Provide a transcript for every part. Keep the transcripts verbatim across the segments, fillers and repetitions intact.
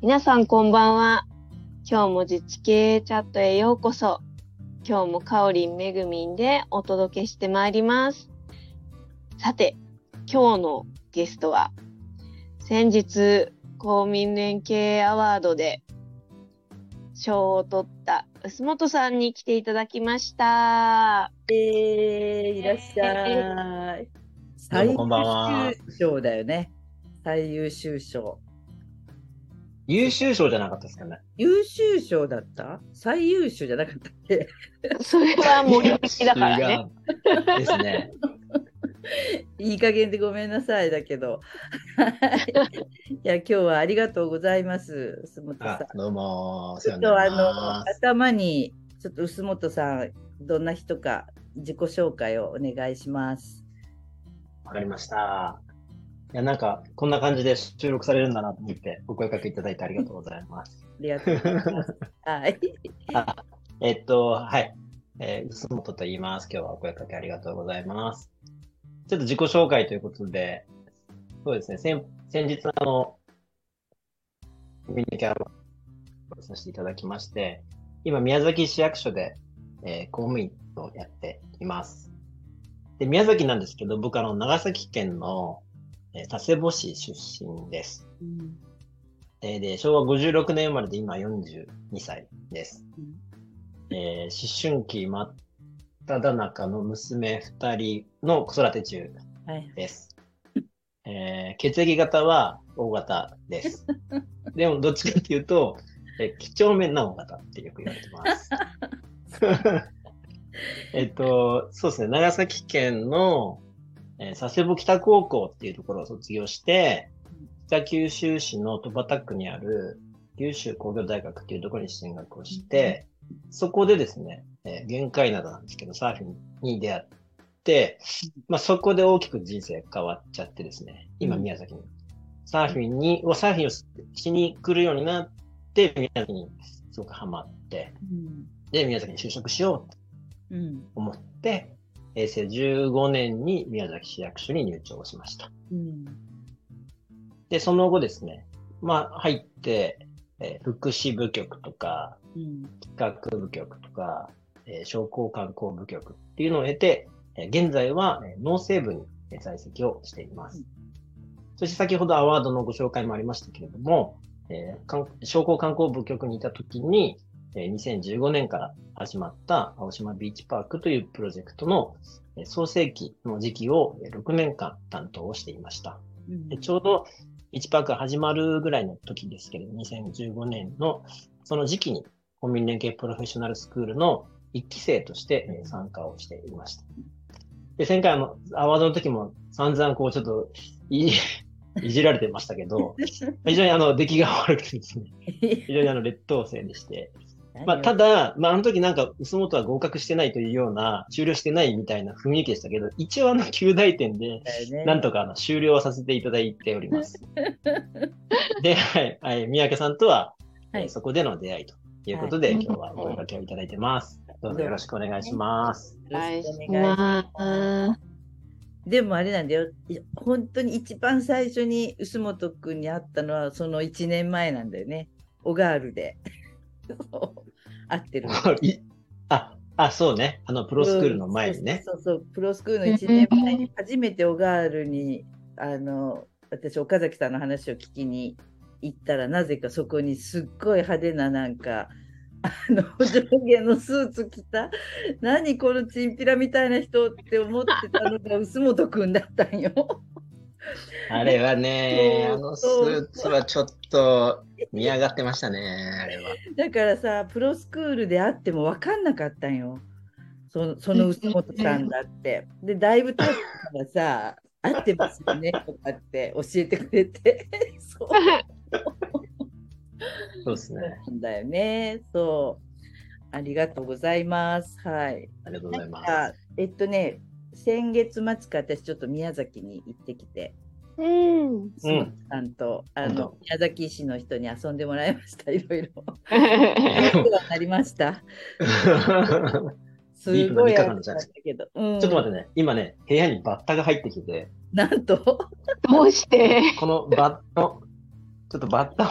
皆さんこんばんは。今日も自治経営チャットへようこそ。今日もかおりんめぐみんでお届けしてまいります。さて、今日のゲストは先日公民連携アワードで賞を取った臼本さんに来ていただきました。 えー、いらっしゃい。最優秀賞だよね。最優秀賞。 優秀賞じゃなかったですかね。 優秀賞だった？最優秀じゃなかったっけ？ それは森口だからね。 ですね。 いい加減でごめんなさいだけど。いや、今日はありがとうございます、臼本さん。 どうも、 ちょっとあの、頭に、ちょっと臼本さん、どんな人か自己紹介をお願いします。 わかりました。いや、なんか、こんな感じで収録されるんだなと思って、お声かけいただいてありがとうございます。 ありがとうございます。はい。 あえっと、はい。えー、臼本と言います。今日はお声かけありがとうございます。ちょっと自己紹介ということで、そうですね、先、先日あの、コミュニケーションをさせていただきまして、今、宮崎市役所で、えー、公務員をやっています。で、宮崎なんですけど、僕あの、長崎県の、えー、佐世保市出身です。うんえー、で、しょうわごじゅうろくねん生まれで今よんじゅうにさいです。うんえー、思春期真っただ中の娘ふたりの子育て中です。はいえー、血液型は O 型です。でも、どっちかっていうと、えー、几帳面な O 型ってよく言われてます。えっと、そうですね、長崎県の、えー、佐世保北高校っていうところを卒業して、北九州市の戸畑区にある九州工業大学っていうところに進学をして、そこでですね、えー、限界などなんですけど、サーフィンに出会って、まあ、そこで大きく人生変わっちゃってですね、今宮崎に、サーフィンに、サーフィンをしに来るようになって、宮崎にすごくハマって、で、宮崎に就職しようと思って、へいせいじゅうごねんに宮崎市役所に入庁しました。うんで、その後ですね、まあ、入って、えー、福祉部局とか、うん、企画部局とか、えー、商工観光部局っていうのを経て、えー、現在は、えー、農政部に在籍をしています。うん、そして先ほどアワードのご紹介もありましたけれども、えー、商工観光部局にいた時に、えー、にせんじゅうごねんから始まった青島ビーチパークというプロジェクトの、えー、創成期の時期をろくねんかん担当をしていました。うん、でちょうどビーチパークが始まるぐらいの時ですけれど、にせんじゅうごねんのその時期に公民連携プロフェッショナルスクールのいっきせいとして参加をしていました。で、前回のアワードの時も散々こうちょっとい、いじられてましたけど、非常にあの出来が悪くてですね、非常にあの劣等生でして、まあ、ただ、まあ、あの時なんか、臼本は合格してないというような、終了してないみたいな雰囲気でしたけど、一応あの、きゅうだいてんで、なんとかあの終了させていただいております。で、はい、はい、三宅さんとは、はい、そこでの出会いということで、はい、今日はお声掛けをいただいてます。どうぞよろしくお願いします。 よろしくお願いします。でもあれなんだよ、本当に一番最初に臼本くんに会ったのは、そのいちねんまえなんだよね。オガールで。合ってるあ、あ、そうね。あの、プロスクールの前にね。 そうそうそう、プロスクールのいちねんまえに初めてオガールに、あの、私、岡崎さんの話を聞きに行ったら、なぜかそこにすっごい派手ななんか、あの、上下のスーツ着た、何このチンピラみたいな人って思ってたのが臼本くんだったんよ。 あれはね、あのスーツはちょっと見上がってましたね、あれは。 だからさ、プロスクールであっても分かんなかったんよ。そ, その臼本さんだって。で、だいぶ経ってからさ、合ってますよねとかって教えてくれて。そうそうですね。 なんだよね。そう。ありがとうございます。はい。 ありがとうございます。 えっとね、先月末から私ちょっと宮崎に行ってきて。 うん、 臼本さんと、うん、あの宮崎市の人に遊んでもらいました。いろいろ。お世話になりました。すごいあったけど、 うん。ちょっと待ってね、今ね、部屋にバッタが入ってきて。 なんとどうしてこのバッタを、ちょっとバッタを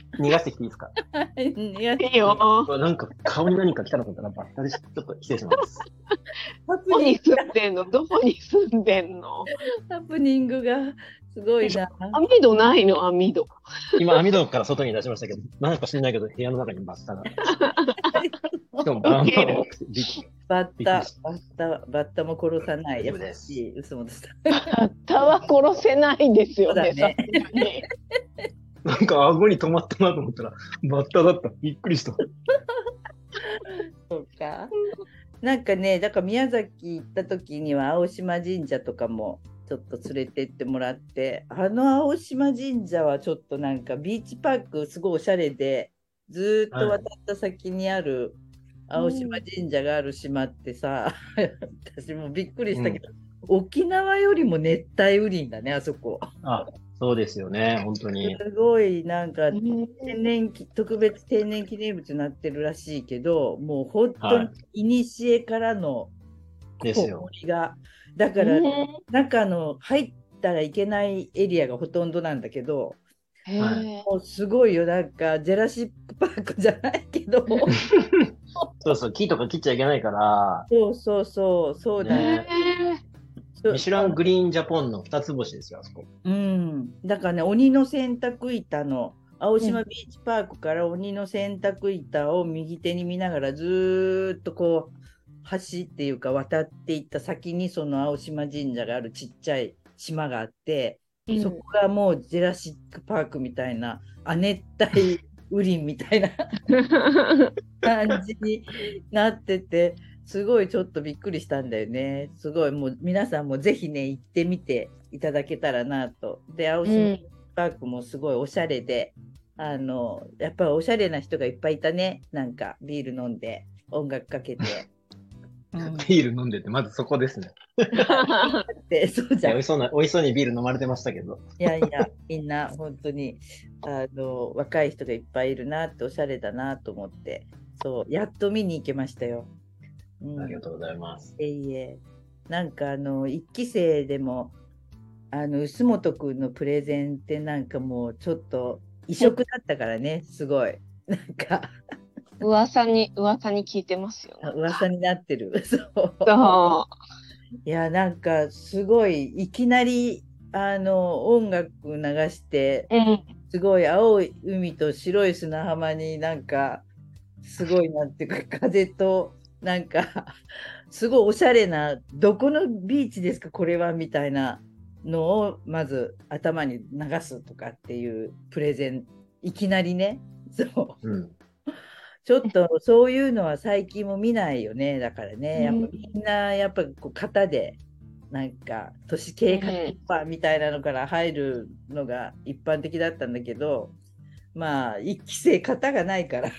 逃がしてきていいですか？ いや、 いいよ。 なんか顔に何か来たのかと思ったらバッタリし、ちょっと失礼します。 ハどこに住んでんの？どこに住んでんの？ ハプニングがすごいな。 網戸ないの？網戸。 今、網戸から外に出しましたけど、なんか知んないけど、部屋の中にバッタが。しかも、バウケるびっバッタびっくりし、 バッタ、バッタも殺さない。 大丈夫です優しい、嘘もした。 バッタは殺せないですよね。 そうだねさすがになんか顎に止まったなと思ったら、バッタだった。びっくりした。 そうか。なんかね、だから宮崎行った時には青島神社とかもちょっと連れてってもらって、あの青島神社はちょっとなんかビーチパークすごいおしゃれで、ずーっと渡った先にある青島神社がある島ってさ、私もびっくりしたけど、沖縄よりも熱帯雨林だね、あそこ。 あ、そうですよね、本当に。 すごいなんかうん天然記特別天然記念物になってるらしいけど、もう本当はに古からのですよ。 氷が、だから中の入ったらいけないエリアがほとんどなんだけど、 へえはいもうすごいよ、なんかジェラシックパークじゃないけど、 そうそう、木とか切っちゃいけないから、 そうそうそうそうだねね。 ミシュラングリーンジャポンの二つ星ですよ、あそこ。 うん、だからね、鬼の洗濯板の青島ビーチパークから鬼の洗濯板を右手に見ながらずーっとこう橋っていうか渡っていった先にその青島神社があるちっちゃい島があって、 うんそこがもうジェラシックパークみたいな亜熱帯雨林みたいな感じになってて、すごいちょっとびっくりしたんだよね。すごいもう皆さんもぜひね行ってみていただけたらなと。で、青島パークもすごいおしゃれで、あのやっぱりおしゃれな人がいっぱいいたね。なんかビール飲んで音楽かけて。うん、 ビール飲んでて、まずそこですね。 でそうじゃん。いいや美味しそうな、美味しそうにビール飲まれてましたけど。 やいや、みんな本当にあの若い人がいっぱいいるなって、おしゃれだなと思って、そう、やっと見に行けましたよ。うん、 ありがとうございます。 いえいえ。なんかあの一期生でもあの臼本くんのプレゼンってなんかもうちょっと異色だったからね、すごいなんか噂に噂に聞いてますよね。 噂になってる。そうそいや、なんかすごいいきなりあの音楽流してう。うん。 すごい青い海と白い砂浜になんかすごいなんていうか風となんかすごいおしゃれな、どこのビーチですかこれはみたいなのをまず頭に流すとかっていうプレゼン、いきなりね。そううん。 ちょっとそういうのは最近も見ないよね。だからね、やっぱみんなやっぱこう型でなんか都市計画パみたいなのから入るのが一般的だったんだけど、まあ一期生型がないから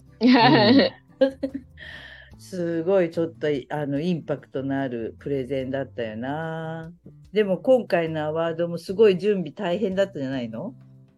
すごいちょっとあのインパクトのあるプレゼンだったよな。でも今回のアワードもすごい準備大変だったんじゃないの？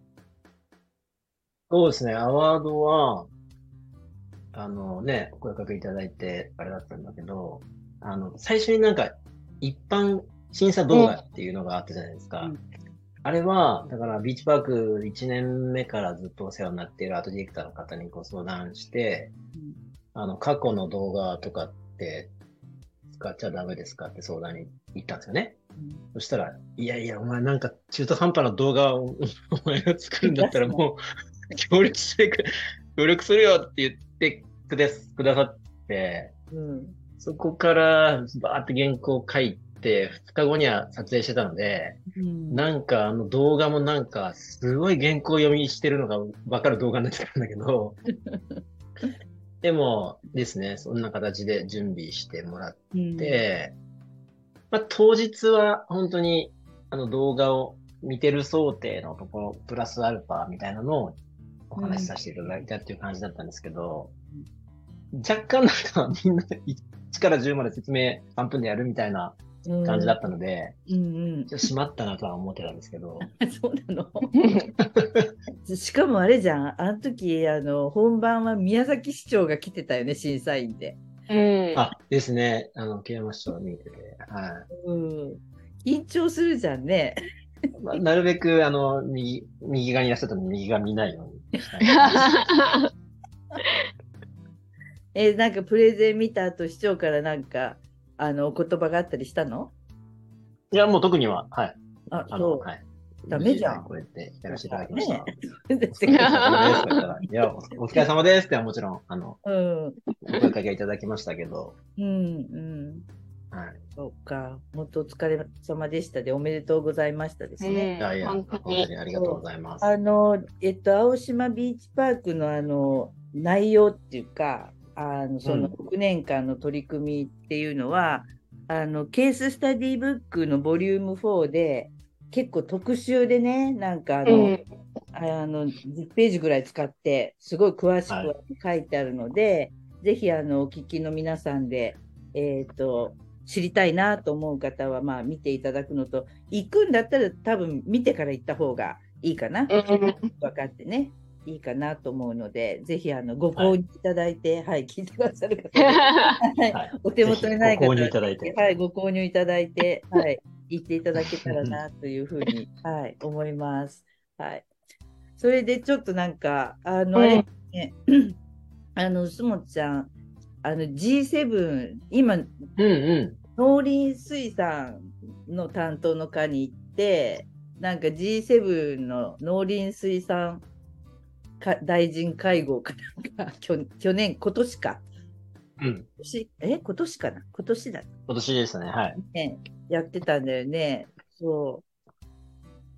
そうですね、アワードは、あのね、お声かけいただいて、あれだったんだけど、あの、最初になんか、一般審査動画っていうのがあったじゃないですか。 うんあれは、だからビーチパークいちねんめからずっとお世話になっているアートディレクターの方にご相談して、 うんあの、過去の動画とかって使っちゃダメですかって相談に行ったんですよね。そしたら、いやいや、お前なんか中途半端な動画をお前が作るんだったらもう協力してく、協力するよって言ってくだくださって、 うんそこからバーって原稿を書いて、ふつかごには撮影してたので、 うんなんかあの動画もなんかすごい原稿読みしてるのがわかる動画になってたんだけど、でもですね、そんな形で準備してもらって、まあ、当日は本当にあの動画を見てる想定のところ、プラスアルファみたいなのをお話しさせていただいたっていう感じだったんですけど、若干なんかみんないちからじゅうまで説明さんぷんでやるみたいな感じだったので、 うんうんちょっとしまったなとは思ってたんですけど。 そうなのしかもあれじゃん、あの時あの本番は宮崎市長が来てたよね、審査員で。 うん。 あ、ですね。あの、刑務所を見てて。はい。 うん、緊張するじゃんね。 まあ、なるべく、あの、右、右側にいらっしゃったのに右側見ないようにしたいな。 えーなんかプレゼン見た後、市長からなんか、あの、お言葉があったりしたの？ いや、もう特には、はい。 あ、 あの、 そう。 はい。 ダメじゃん。 こうやってやらせていただきました。 ねお疲れ様ですって言ったら、いや、おお疲れ様ですってはもちろん、あの、 うん。 お声かけいただきましたけど、 うん、うん。 はい。 そうか。本当お疲れ様でしたで、おめでとうございましたですね。 いやいや、 本本当当に。 にありがとうございます。 あの、えっと、青島ビーチパークのあの、内容っていうか、あの、そのうんろくねんかんの取り組みっていうのは、あの、ケーススタディブックのボリュームフォーで、結構特集でね、なんかあの、 うん。 あの、じゅっページぐらい使って、すごい詳しはいく書いてあるので、ぜひ、あの、お聞きの皆さんで、えっと、知りたいなと思う方は、まあ、見ていただくのと、行くんだったら多分見てから行った方がいいかな。 うん。 分かってね、いいかなと思うので、ぜひ、あの、ご購入いただいて、はい、聞いてくださる方で、はいはいお手元にない方は、 ぜひご購入いただいてはい、ご購入いただいて、はい、行っていただけたらなというふうに、はい、思います。はい。それでちょっとなんか、あの、あれね、あの、すもちゃん、あの ジーセブン、今、 うんう農林水産の担当の課に行って、なんか ジーセブン の農林水産か大臣会合かなんか、去去年、今年か。 ん。うん。 今年え、今年かな今年だ今年ですね、はい。 ね。やってたんだよね。そう。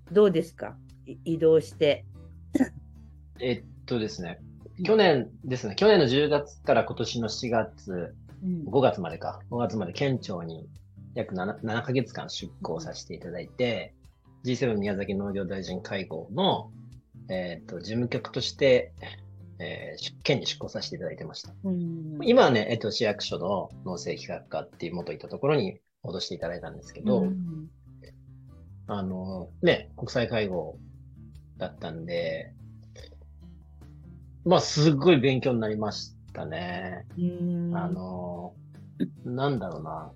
どうですかい移動して。 えっとですね、去年ですね、去年のじゅうがつから今年のしがつ、 うんごがつまでか、ごがつまで県庁に約 7, 7ヶ月間出向させていただいて、ジーセブン 宮崎農業大臣会合の、えっと、事務局として、えー出県に出向させていただいてました。 うん今はね、えっと、市役所の農政企画課っていう元いたところに戻していただいたんですけど、 うんあの、ね、国際会合だったんで、まあ、すっごい勉強になりましたね。 うんあの、なんだろうな。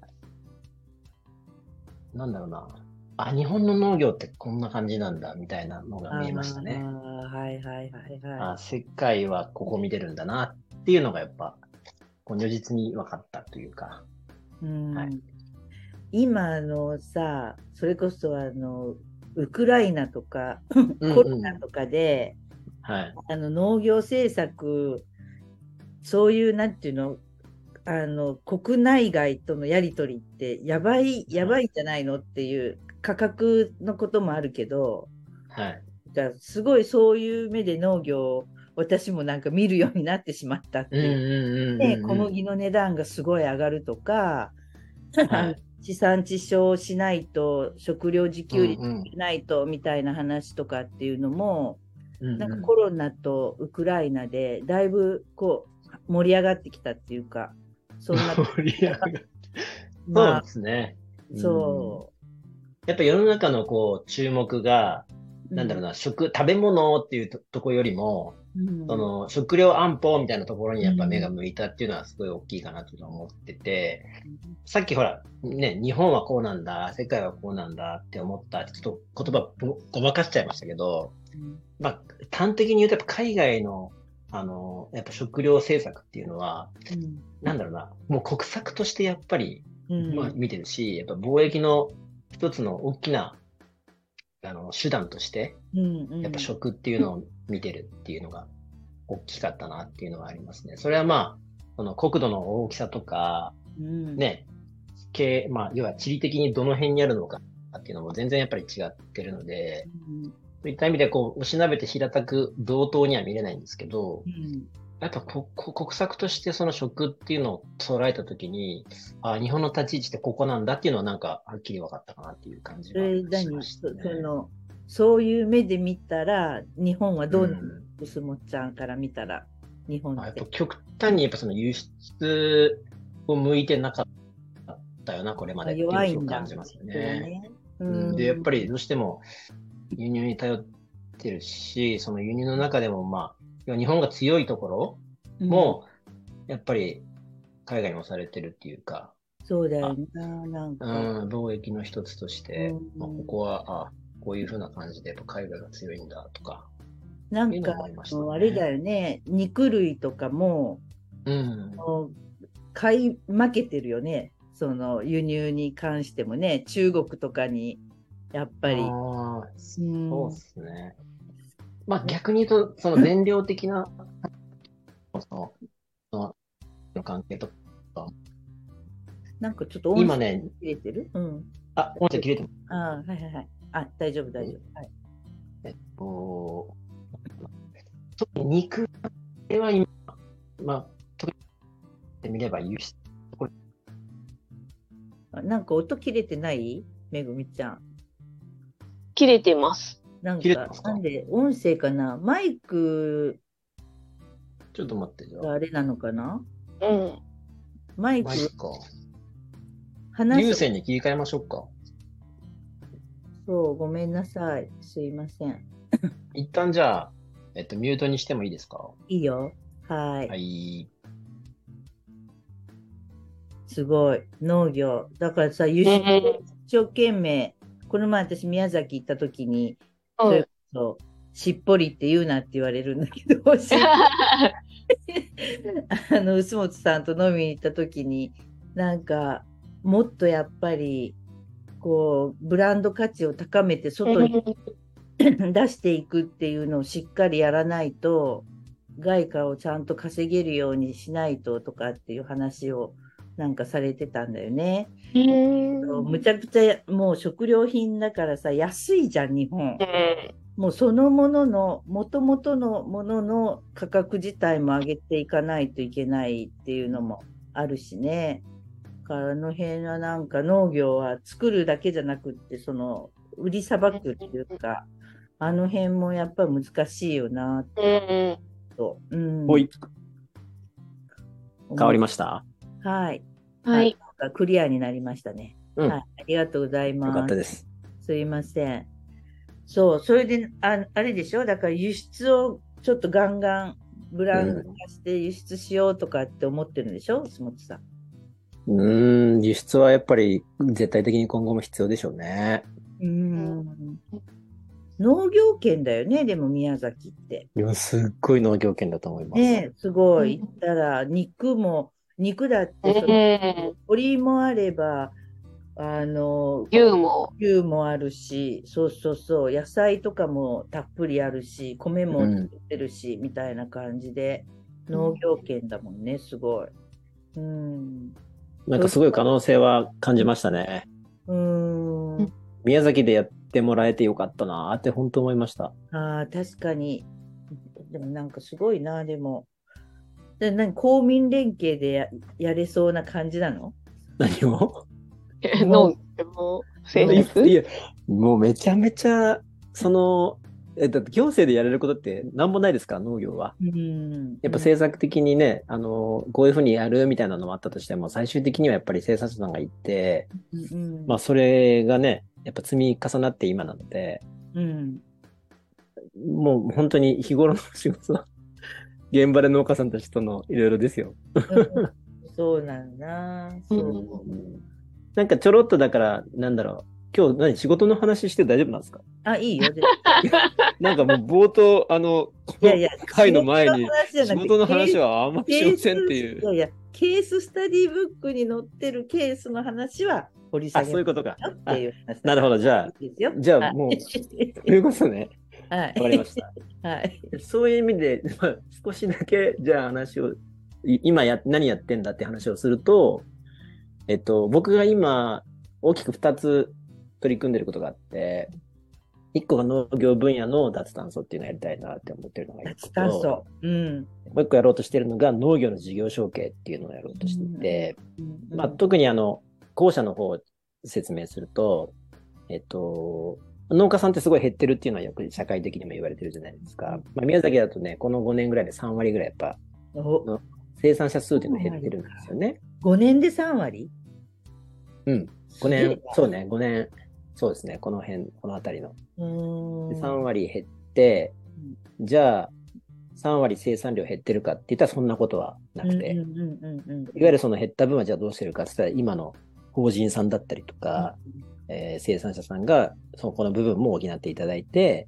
なんだろうな。あ、日本の農業ってこんな感じなんだ、みたいなのが見えましたね。 ああ、はいはいはいはあ、世界はここ見てるんだな、っていうのがやっぱ、こう如実に分かったというか。 い。うんはい今あのさ、それこそあのウクライナとかうんうんコロナとかで、 はい。 あの農業政策、そういうなんていうの、あの国内外とのやり取りってやばい、やばいんじゃないのっていう価格のこともあるけど、 はい。 だからすごいそういう目で農業を私もなんか見るようになってしまったってうんいう。 うんうんで、 うん、 小麦の値段がすごい上がるとか、 はい。 地産地消しないと食料自給率うんうんないとみたいな話とかっていうのも、 うんうんなんかコロナとウクライナでだいぶこう盛り上がってきたっていうか、そんな、 盛り上がる。そうまですね。 あ、そやっぱ世の中のこう注目が、 う。 なんだろうな、食、食べ物っていうと、とこよりも、 うん、 その食料安保みたいなところにやっぱ目が向いたっていうのはすごい大きいかなと思ってて、さっきほら、ね、日本はこうなんだ、世界はこうなんだって思ったってちょっと言葉ぼごまかしちゃいましたけど、 うんまあ、端的に言うとやっぱ海外の、あの、やっぱ食料政策っていうのは、 うんなんだろうな、もう国策としてやっぱり、 うんまあ見てるし、やっぱ貿易の一つの大きな、あの、手段として、 うんうんやっぱ食っていうのを見てるっていうのが大きかったなっていうのはありますね。それはまあ、その国土の大きさとか、 うんね、経まあ、要は地理的にどの辺にあるのかっていうのも全然やっぱり違ってるので、 うんそういった意味でこう、おしなべて平たく同等には見れないんですけど、 うんやっぱここ国策としてその食っていうのを捉えたときに、あ、日本の立ち位置ってここなんだっていうのはなんかはっきり分かったかなっていう感じそがれ何しましたそね。 そのそういう目で見たら日本はどうなの、 うんうすもちゃんから見たら日本ってあやっぱ。極端にやっぱその輸出を向いてなかったよな、これまでっていう弱いんだのを感じますよそれね。 ねうんで、やっぱりどうしても輸入に頼ってるし、その輸入の中でもまあ、要は日本が強いところも、やっぱり海外に押されてるっていうか、 うんそうだよな、なんうか。 ん、貿易の一つとして、 うんまあ、ここは、あ、こういう風な感じでやっぱ海外が強いんだとか、 なんか、 いうのもありましたね。 あれだよね、肉類とかも、 うん。 もう買い負けてるよね。その輸入に関してもね、中国とかに、やっぱり。 ああ、 うそうっん。 すね。まあね、 逆に言うと、その燃料的な、その、そのの関係とか、 なんかちょっと音声今ね、 切れてる。うん。 あ、音声切れてます。 ああ、はいはいはい。あ、大丈夫大丈夫。はい。 えっと、特に肉系は今、まあ、特に見てみれば輸出、これあ、なんか音切れてない？めぐみちゃん。 切れてます。 なんか、 切れてますか？ なんで、音声かな、マイクちょっと待って、じゃあ。 があれなのかな。 うん。 マイク、 マイクか。 話す。 有線に切り替えましょうか。 そう、ごめんなさい。すいません。 一旦じゃあ、えっと、ミュートにしてもいいですか？ いいよ。はい。 はい。 すごい。農業。だからさ、輸う出ん。 一生懸命、この前私宮崎行った時に、それうん。 こそ、しっぽりって言うなって言われるんだけど、しっあの、臼本さんと飲みに行った時に、なんか、もっとやっぱり、こう、ブランド価値を高めて外に出していくっていうのをしっかりやらないと、外貨をちゃんと稼げるようにしないととかっていう話をなんかされてたんだよね。むちゃくちゃもう食料品だからさ、安いじゃん、日本。もうそのものの、もともとのものの価格自体も上げていかないといけないっていうのもあるしね。だからあの辺はなんか農業は作るだけじゃなくって、その売りさばくっていうか、あの辺もやっぱり難しいよなうんと。うん。 ほい。変わりまました？ はい。 はい。 あ、クリアになりましたね。 うん。 はい。ありがとうございよかます。 ったです。 すいません。そう、それで、あ、あれでしょ、だから輸出をちょっとガンガンブランド化して輸出しようとかって思ってるんでしょ、須本さん。 うーん、輸出はやっぱり絶対的に今後も必要でしょうね。 うーん。農業圏だよね、でも宮崎って。 いや、すっごい農業圏だと思います。 ねえ、すごい。言ったら、肉も、肉だってその、鶏もあれば、あの、 牛も。 牛もあるし、そうそうそう、野菜とかもたっぷりあるし、米も作ってるし、みたいな感じで、農業圏だもんね、すごい。うん。 なんかすごい可能性は感じましたね。 うーん。 宮崎でやってもらえてよかったなって本当思いました。 ああ、確かに。でもなんかすごいな、でも。で、何、公民連携でや、やれそうな感じなの？ 何を農業い政策や、もうめちゃめちゃ、その、えだって行政でやれることって何もないですか、農業は。 うん。 やっぱ政策的にね、あの、こういうふうにやるみたいなのもあったとしても、最終的にはやっぱり生産者さんがいて、 うん、 まあそれがね、やっぱ積み重なって今なので、 うん。 もう本当に日頃の仕事は、現場で農家さんたちとのいろいろですよ。 うん、そうなんだ。そう。 なんかちょろっとだから、なんだろう。今日何仕事の話して大丈夫なんですか？ あ、いいよ。 なんかもう冒頭、あの、このいやいや、 回の前に、 仕仕事の話はあんまりしませんっていう。 いやいや、ケーススタディブックに載ってるケースの話は掘り下あ、 げそういうことか。 っていう話。 なるほど、じゃあ、じゃあもう、そういうことね。 はい。 わかりました。 はい。 そういう意味で、まあ、少しだけ、じゃあ話を、今や、何やってんだって話をすると、えっと、僕が今、大きくふたつ取り組んでることがあって、いっこが農業分野の脱炭素っていうのをやりたいなって思ってるのがいっこと、 脱炭素。うん。 もういっこやろうとしてるのが農業の事業承継っていうのをやろうとしていて、 うんうん、 まあ、特にあの、後者の方を説明すると、えっと、農家さんってすごい減ってるっていうのはよく社会的にも言われてるじゃないですか。まあ、宮崎だとね、このごねんぐらいでさんわりぐらいやっぱ、生産者数っていうのが減ってるんですよね。 ごねんでさんわり？ うん。ごねん、そうね、ごねん、そうですね、この辺、このあたりの。 うーん、 さんわり減って、じゃあ、さんわり生産量減ってるかって言ったらそんなことはなくて、いわゆるその減った分はじゃあどうしてるかって言ったら、今の法人さんだったりとか、うん、えー、生産者さんがそこの部分も補っていただいて、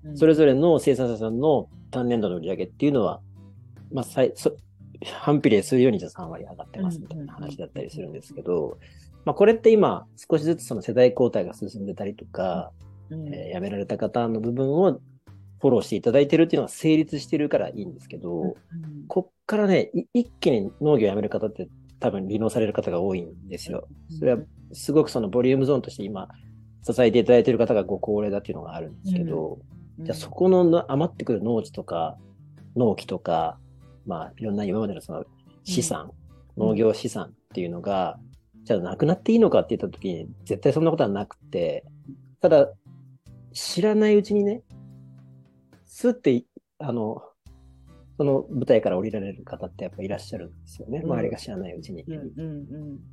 それぞれの生産者さんの単年度の売り上げっていうのは、まあ、さいそ反比例するようにじゃさん割上がってますみたいな話だったりするんですけど、まあ、これって今少しずつその世代交代が進んでたりとか、うんえー、辞められた方の部分をフォローしていただいてるっていうのが成立してるからいいんですけど、うん、こっからね、一気に農業を辞める方って多分離農される方が多いんですよ。それはすごくそのボリュームゾーンとして今支えていただいている方がご高齢だっていうのがあるんですけど、うん、じゃあそこの余ってくる農地とか農機とか、まあいろんな今までのその資産、うん、農業資産っていうのが、じゃあなくなっていいのかって言った時に絶対そんなことはなくて、ただ知らないうちにね、スッて、あの、その舞台から降りられる方ってやっぱいらっしゃるんですよね。うん、周りが知らないうちに。うんうんうん、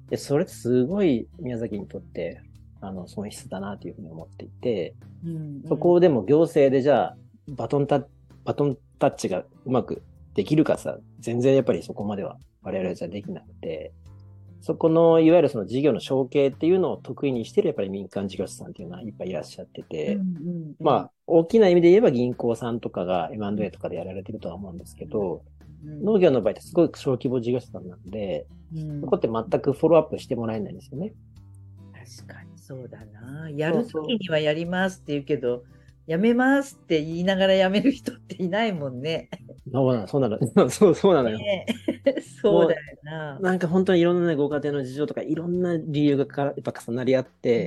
で、それってすごい宮崎にとってあの損失だなというふうに思っていて、うんうん、そこをでも行政でじゃあバトンタ、バトンタッチがうまくできるかさ、全然やっぱりそこまでは我々じゃできなくて、そこのいわゆるその事業の承継っていうのを得意にしてるやっぱり民間事業者さんっていうのはいっぱいいらっしゃってて、うんうんうん、まあ大きな意味で言えば銀行さんとかが エムアンドエー とかでやられてるとは思うんですけど、うん、農業の場合ってすごい小規模事業者さんなんで、うん、そこって全くフォローアップしてもらえないんですよね。 確かにそうだな。やるときにはやりますって言うけど、そうそうやめますって言いながらやめる人っていないもんね。 そうなの、そうなの。そう、そうなのよ。 ね、そうだよな。 なんか本当にいろんな、ね、ご家庭の事情とかいろんな理由がかやっぱ重なり合って、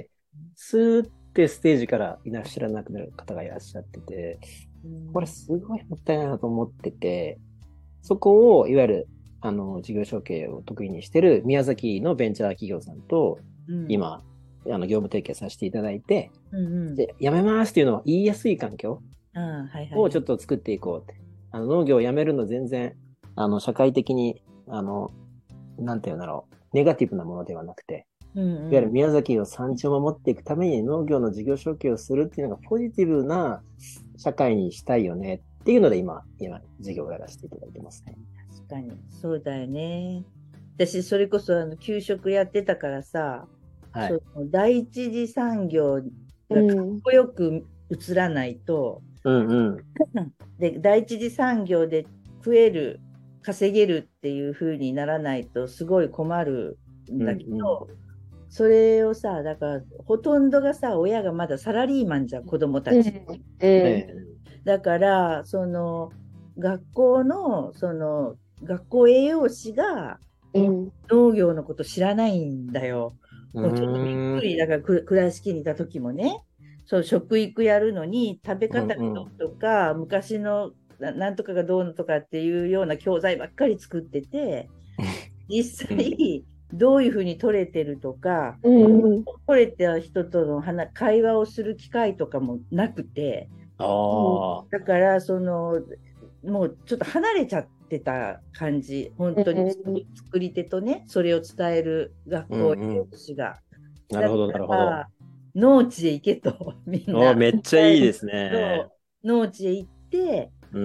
うん、スーってステージからいらっしゃらなくなる方がいらっしゃってて、うん、これすごいもったいないなと思ってて、そこをいわゆるあの事業承継を得意にしてる宮崎のベンチャー企業さんと、うん、今、あの業務提携させていただいて、うんうん、でやめますっていうのを言いやすい環境をちょっと作っていこうって。あの農業をやめるの全然あの社会的にあのなんていうんだろうネガティブなものではなくて、うんうん、いわゆる宮崎の産地を守っていくために農業の事業承継をするっていうのがポジティブな社会にしたいよねっていうので今今事業をやらせていただいてますね。 確かにそうだよね。私それこそあの給食やってたからさ、はい、その第一次産業がかっこよく映らないと、うんうん、で第一次産業で食える稼げるっていう風にならないとすごい困るんだけど、うんうん、それをさだからほとんどがさ親がまだサラリーマンじゃん子供たち、うんえー、だからその学校のその学校栄養士が農業のこと知らないんだよ。もうちょっとびっくりだから倉敷にいた時もね、そう食育やるのに食べ方とか、うんうん、昔のなんとかがどうのとかっていうような教材ばっかり作ってて、実際どういうふうに取れてるとか、うんうん、取れた人との会話をする機会とかもなくて、あだからそのもうちょっと離れちゃってた感じ、本当に作り手とねそれを伝える学校教師が、 うんうん、なるほどなるほど、 農地へ行けとみんなめっちゃいいですね。 農地へ行って、うん、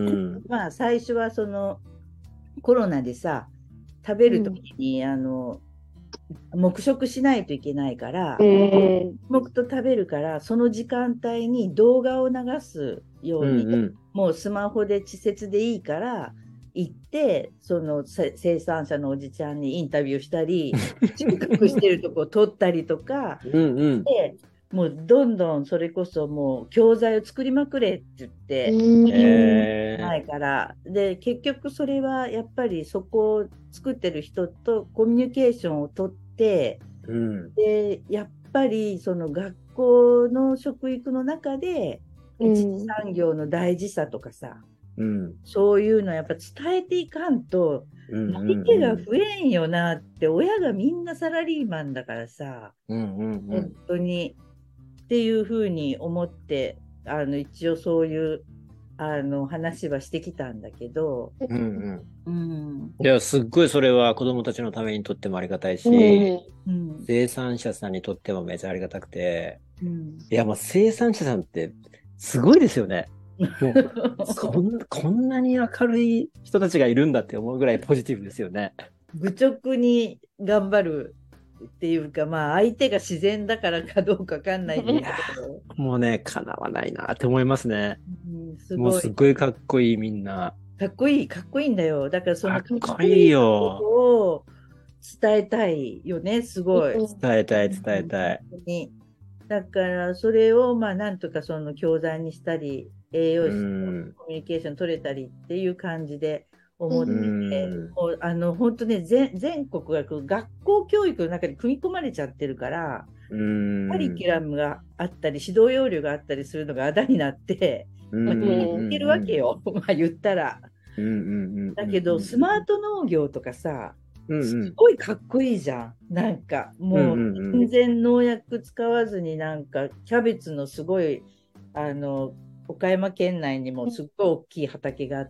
まあ最初はそのコロナでさ食べるときに、うん、あの黙食しないといけないから、えー、黙と食べるからその時間帯に動画を流すように、うんうん、もうスマホで稚拙でいいから行ってその生産者のおじちゃんにインタビューしたり収穫してるとこを撮ったりとかうん、うん、でもうどんどんそれこそもう教材を作りまくれって言って、えー、ないからで結局それはやっぱりそこを作ってる人とコミュニケーションをとって、うん、でやっぱりその学校の食育の中で一次産業の大事さとかさ、うん、そういうのやっぱ伝えていかんと相手が増えんよなって、親がみんなサラリーマンだからさ、うんうんうん、本当にっていうふうに思ってあの一応そういうあの話はしてきたんだけど、うんうんうん、いやすっごいそれは子どもたちのためにとってもありがたいし、うん、生産者さんにとってもめちゃありがたくて、うん、いやもう生産者さんってすごいですよね。もうそんこんなに明るい人たちがいるんだって思うぐらいポジティブですよね。 愚直に頑張るっていうか、まあ相手が自然だからかどうかわかんないんだけど、 もうね、かなわないなって思いますね。 うん、すもうごいすっごいかっこいいみんな。 かっこいい、かっこいいんだよ。だからそのかっこいいよ。 を伝えたいよね、すごい。 伝えたい伝えたい。 本当にだからそれをまあなんとかその教材にしたり、栄養士とうんコミュニケーション取れたりっていう感じで思ってて、 うんもうあの本当ね、全、全国がこう学校教育の中に組み込まれちゃってるから、 うんカリキュラムがあったり、指導要領があったりするのがあだになって、まあ、 うんいけるわけよ、まあ言ったら。 うんうんうんだけど、スマート農業とかさ、 うんうんすごいかっこいいじゃん。なんか、もうんううんうん全然農薬使わずに、なんか、キャベツのすごい、あの、岡山県内にもすっごい大きい畑があって、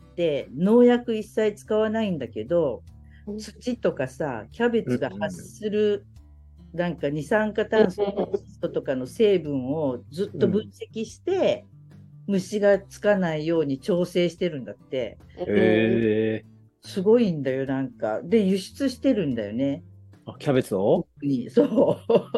農薬一切使わないんだけど、土とかさ、キャベツが発する、なんか二酸化炭素とかの成分をずっと分析して、虫がつかないように調整してるんだって。 へえ。 すごいんだよ、なんか。で、輸出してるんだよね。 あ、キャベツをそう。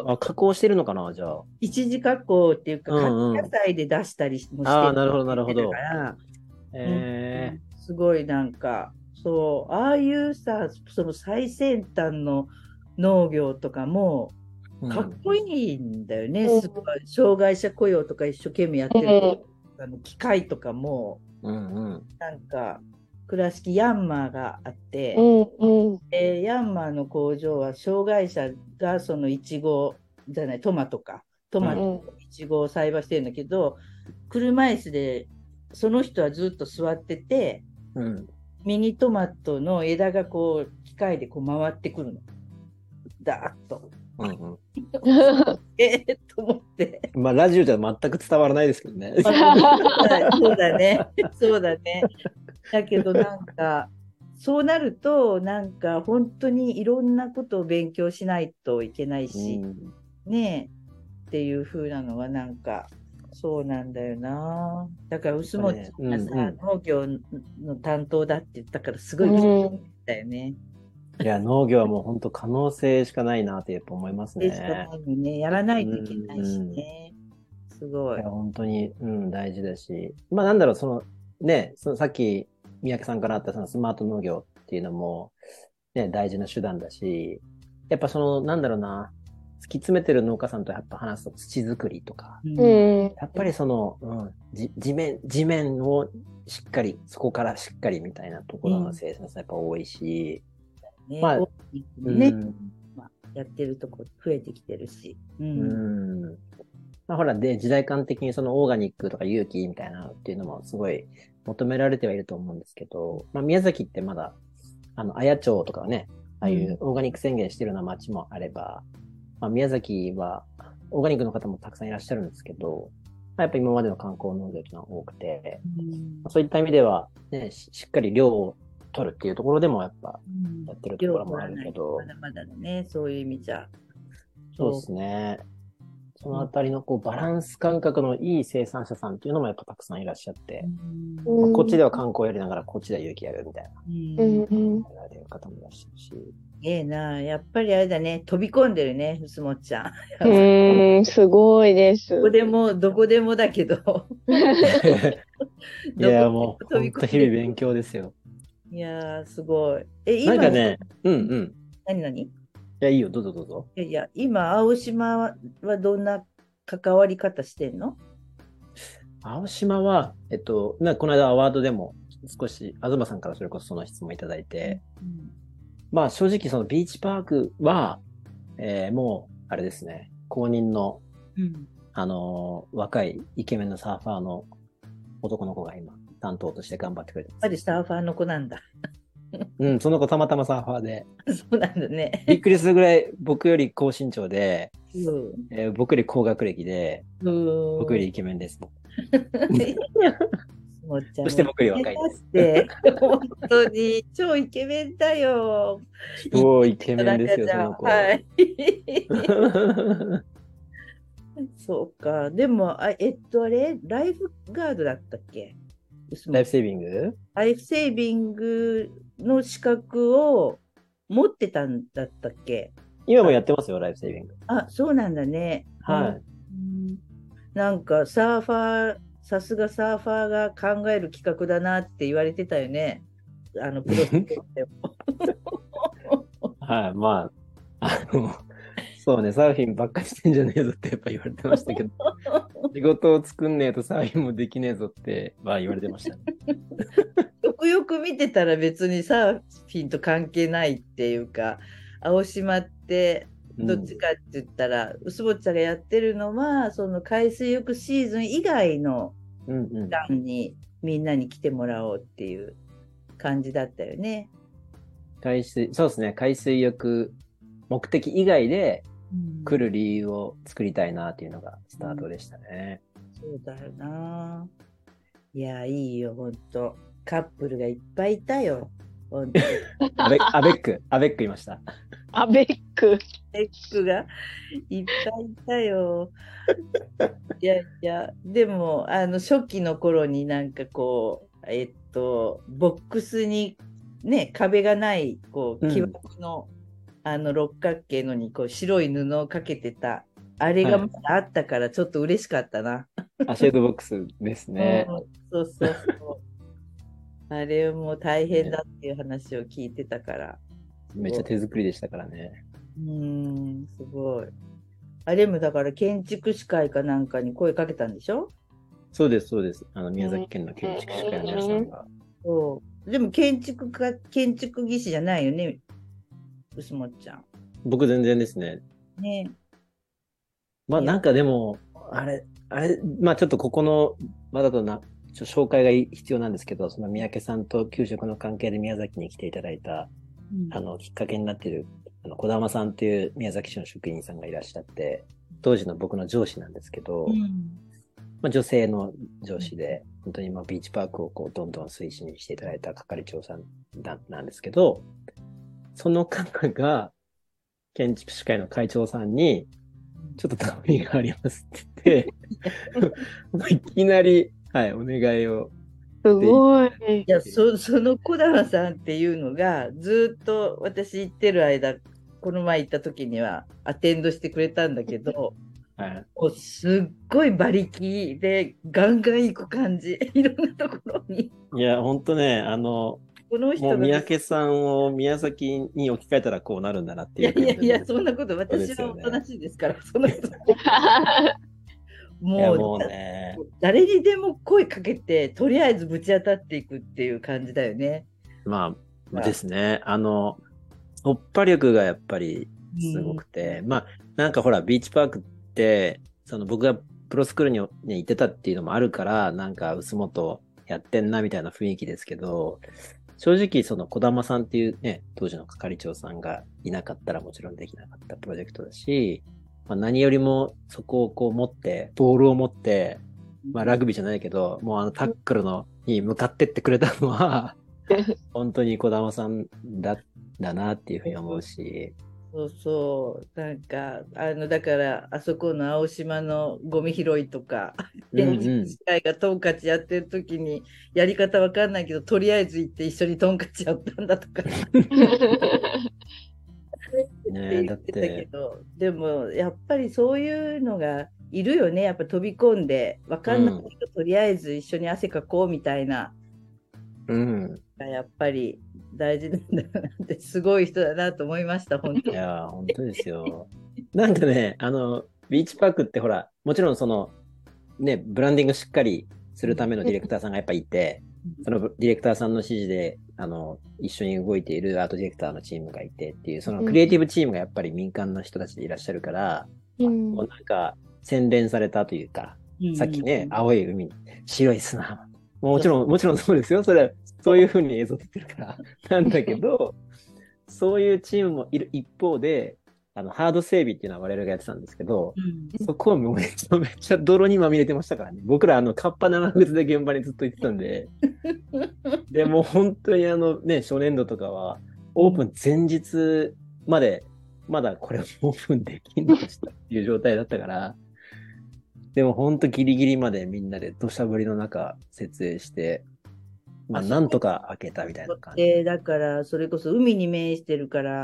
あ、加工してるのかな、じゃあ。 一次加工っていうか、 うん加うん工野菜で出したりもしてるああ、なるほど、なるほどだか。ら、 えうんすごいなんか、そう、ああいうさ、その最先端の農業とかも、 ーかっこいいんだよね、 うんすごい。障害者雇用とか一生懸命やってる、あの機械とかも、 うんうんなんか、倉敷ヤンマーがあって、 うんうんえーヤンマーの工場は障害者がそのイチゴじゃないトマトかトマトイチゴを栽培してるんだけど、車椅子でその人はずっと座ってて、 うんミニトマトの枝がこう機械でこう回ってくるの、ダーッと。 うんうんえー、と思ってまあ、ラジオじゃ全く伝わらないですけどね。 そうだねそうだねだけどなんかそうなるとなんか本当にいろんなことを勉強しないといけないし、 うんねえっていう風なのはなんかそうなんだよな。だから薄持ちがさ、 うんうん農業の担当だって言ったからすごいびっくりだよね。 いや、農業はもう本当可能性しかないなってやっぱ思いますでしかなね。 いのにね、やらないといけないしね。すごい。 いや、本当に、うん、大事だし。まあ、なんだろう、その、ね、そのさっき、三宅さんからあったそのスマート農業っていうのも、ね、大事な手段だし、やっぱその、なんだろうな、突き詰めてる農家さんとやっぱ話すと土作りとか、 うんうんやっぱりその、うん、じ地面、地面をしっかり、そこからしっかりみたいなところの生産さやっぱ多いし、 ね、 まあ大きくね、 うんまあ、やってるとこ増えてきてるし。う。 うんん。まあ、ほら、で、時代感的にそのオーガニックとか有機みたいなのっていうのもすごい求められてはいると思うんですけど、まあ、宮崎ってまだ、あの、綾町とかね、ああいうオーガニック宣言してるような町もあれば、まあ、宮崎はオーガニックの方もたくさんいらっしゃるんですけど、まあ、やっぱ今までの観光農業というのは多くて、 うんまあそういった意味では、ね、ししっかり量を取るっていうところでもやっぱやってるところもあるけどまだまだだね、そういう意味じゃ。 そうですね。そのあたりのこうバランス感覚のいい生産者さんっていうのもやっぱたくさんいらっしゃって、 うんまあこっちでは観光やりながらこっちでは有機やるみたいな、 うんうんやられる方もいらっしゃるし。 ええな、やっぱりあれだね、飛び込んでるね、薄もっちゃん。 うん、すごいですどこでも、どこでもだけど。 いや、もうどこでも飛び込んでる本当日々勉強ですよ。 いやー、すごい。え、今、 なんかね、うんうん。 何何いいや、いいよ、どうぞどうぞ。 やいや、今、青島ははどんな関わり方してんの？ 青島は、えっと、なこの間アワードでも少し、東さんからそれこそその質問いただいて、まあ正直そのビーチパークは、えーもう、あれですね、公認の、 うんあのー若いイケメンのサーファーの男の子が今、担当として頑張ってくれてやっぱます。 りサーファーの子なんだ。 うん、その子たまたまサーファーで、 そうなんだね。 びっくりするぐらい僕より高身長で、 うんえー僕より高学歴で、 うん僕よりイケメンです。 もっちゃんそして僕より若いです。 で本当に超イケメンだよ。 超イケメンですよ、その子。 はい。そうか。でも、あえっと、あれ、ライフガードだったっけ？ ライフセービングライフセービングの資格を持ってたんだったっけ？ 今もやってますよ、ライフセービング。 あ、そうなんだね。 はい。 うんなんかサーファー、さすがサーファーが考える企画だなって言われてたよね。あの、プロスペクトでも。 はい、まあ、あの、そうね、サーフィンばっかりしてんじゃねえぞってやっぱ言われてましたけど、仕事を作んねえとサーフィンもできねえぞって、まあ言われてましたね。 よくよく見てたら別にサーフィンと関係ないっていうか、青島ってどっちかって言ったら、うすぼっちゃんがやってるのは、その海水浴シーズン以外のうんうん。 期間にみんなに来てもらおうっていう感じだったよね。 海水、そうですね、海水浴目的以外で来る理由を作りたいなっていうのがスタートでしたね。 そうだよな。いや、いいよ、ほんと。カップルがいっぱいいたよ。ほんと。 アベアベック、アベックいました。 アベック。 エッグがいっぱいいたよ。いやいや、でも、あの、初期の頃になんかこう、えっと、ボックスにね、壁がない、こう、 うん木枠の、あの、六角形のに、こう、白い布をかけてた、あれがまだあったから、ちょっと嬉しかったな。 アシェードボックスですね。 うんそうそうそう。あれもう大変だっていう話を聞いてたから。 めっちゃ手作りでしたからね。 うーん、すごい。あれもだから建築士会かなんかに声かけたんでしょ？ そうです、そうです。あの、宮崎県の建築士会の皆さんが。 そう。でも建築家、建築技師じゃないよね、うすもっちゃん。 僕全然ですね。 ね。 まあなんかでも、あれ、あれ、まあちょっとここの、まあだとな、ちょ紹介が必要なんですけど、その三宅さんと給食の関係で宮崎に来ていただいた、 うんあの、きっかけになっている、あの、小玉さんという宮崎市の職員さんがいらっしゃって、当時の僕の上司なんですけど、 うんまあ、女性の上司で、本当にまあビーチパークをこうどんどん推進していただいた係長さんだなんですけど、その方が建築士会の会長さんに、ちょっと頼みがありますって言って、いきなり、はい、お願いを。 すごい。 いや、そ、その小玉さんっていうのが、ずっと私行ってる間、この前行った時にはアテンドしてくれたんだけど、 はい、 もうすっごい馬力でガンガン行く感じ、いろんなところに。 いや、ほんとね、あの、 この人がもう三宅さんを宮崎に置き換えたらこうなるんだなっていいう。 やいやいや、そんなこと、私はおとなしいですから、その人。もう、 もうね、 誰にでも声かけて、とりあえずぶち当たっていくっていう感じだよね。 まあ、ですね。あの、突破力がやっぱりすごくて、 うん、 まあ、なんかほら、ビーチパークって、その僕がプロスクールに、ね、行ってたっていうのもあるから、なんか薄本やってんなみたいな雰囲気ですけど、正直その小玉さんっていうね、当時の係長さんがいなかったらもちろんできなかったプロジェクトだし、まあ、何よりもそこをこう持って、ボールを持って、まあラグビーじゃないけど、もうあのタックルのに向かってってくれたのは、本当に小玉さんだ、だなっていうふうに思うし。 そうそう、なんか、あの、だから、あそこの青島のゴミ拾いとか、建築士会がトンカチやってる時に、やり方わかんないけど、とりあえず行って一緒にトンカチやったんだとか。 ね、だって、 でも、やっぱりそういうのがいるよね。やっぱ飛び込んで、わかんないけど、うん、とりあえず一緒に汗かこうみたいな。 うん。 やっぱり大事なんだなって、すごい人だなと思いました、本当に。 いや、本当ですよ。なんかね、あの、ビーチパークってほら、もちろんその、ね、ブランディングしっかりするためのディレクターさんがやっぱいて、そのディレクターさんの指示で、あの、一緒に動いているアートディレクターのチームがいてっていう、そのクリエイティブチームがやっぱり民間の人たちでいらっしゃるから、うん、もうなんか洗練されたというか、うん、さっきね、青い海、白い砂。もちろん、もちろんそうですよ。それは、そういう風に映像撮ってるから。なんだけど、そういうチームもいる一方で、あの、ハード整備っていうのは我々がやってたんですけど、うん、そこはもうめちゃめちゃ泥にまみれてましたからね。僕ら、あの、カッパ長靴で現場にずっと行ってたんで。でも本当にあのね、初年度とかは、オープン前日まで、まだこれオープンできんのでしたっていう状態だったから、でも本当ギリギリまでみんなで土砂降りの中設営して、まあなんとか開けたみたいな感じ。 で、だからそれこそ海に面してるから、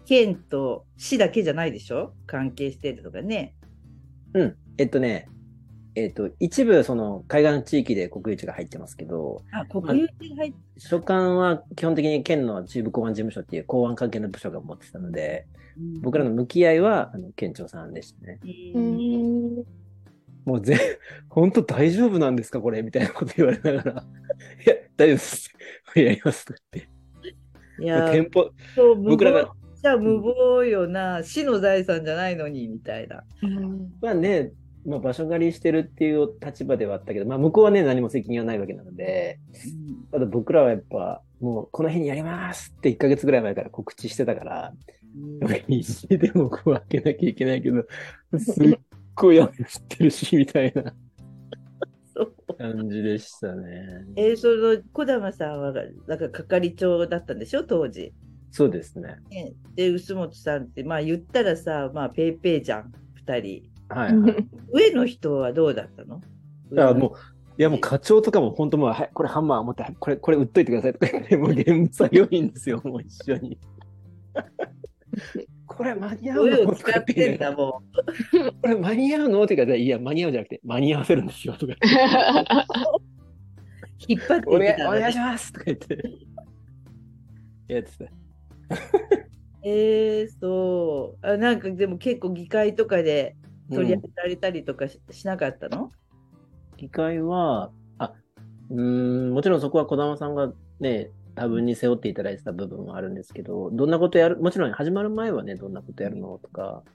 県と市だけじゃないでしょ、関係してるとかね。 うん。えっとね、えっと、一部、その、海岸地域で国有地が入ってますけど、 あ、国有地が入って、 所管は基本的に県の中部公安事務所っていう公安関係の部署が持ってたので、 うん僕らの向き合いは、あの、県庁さんでしたね。 ううんん。 もうぜ、本当大丈夫なんですかこれみたいなこと言われながら、いや、大丈夫です。やりますとか言って。 いや、 店舗、 そう無僕らが謀じゃ無謀よな、市の財産じゃないのにみたいな。 まあね、まあ、場所借りしてるっていう立場ではあったけど、まあ、向こうはね、何も責任はないわけなので、 うんただ僕らはやっぱ、もうこの日にやりますっていっかげつぐらい前から告知してたから、 うん必死でもこう開けなきゃいけないけど、すっごい雨降ってるし、みたいなそう感じでしたね。 えーその児玉さんはなんか係長だったんでしょ当時。 そうですね。 ねで臼本さんってまあ言ったらさ、まあ、ペイペイじゃんふたり。 はい、はい。 上の人はどうだったの？ だからもう、いやもう課長とかも本当もう、はい、これハンマー持って、これ、これ売っといてくださいとか言って、もう現務作業員ですよ、もう一緒に。これ間に合う上をの使ってんだもこれ間に合うのって言うから、いや、間に合うじゃなくて、間に合わせるんですよ、とか。 ん。引っ張ってお願いいってたんだねお願いしますとか言って。やってた。 えー、そうあ。なんかでも結構議会とかで取り上げられたりとかし,、しなかったの？ 議会は、あ、うーん、もちろんそこは児玉さんがね、多分に背負っていただいてた部分はあるんですけど、どんなことやる、もちろん始まる前はね、どんなことやるのとか、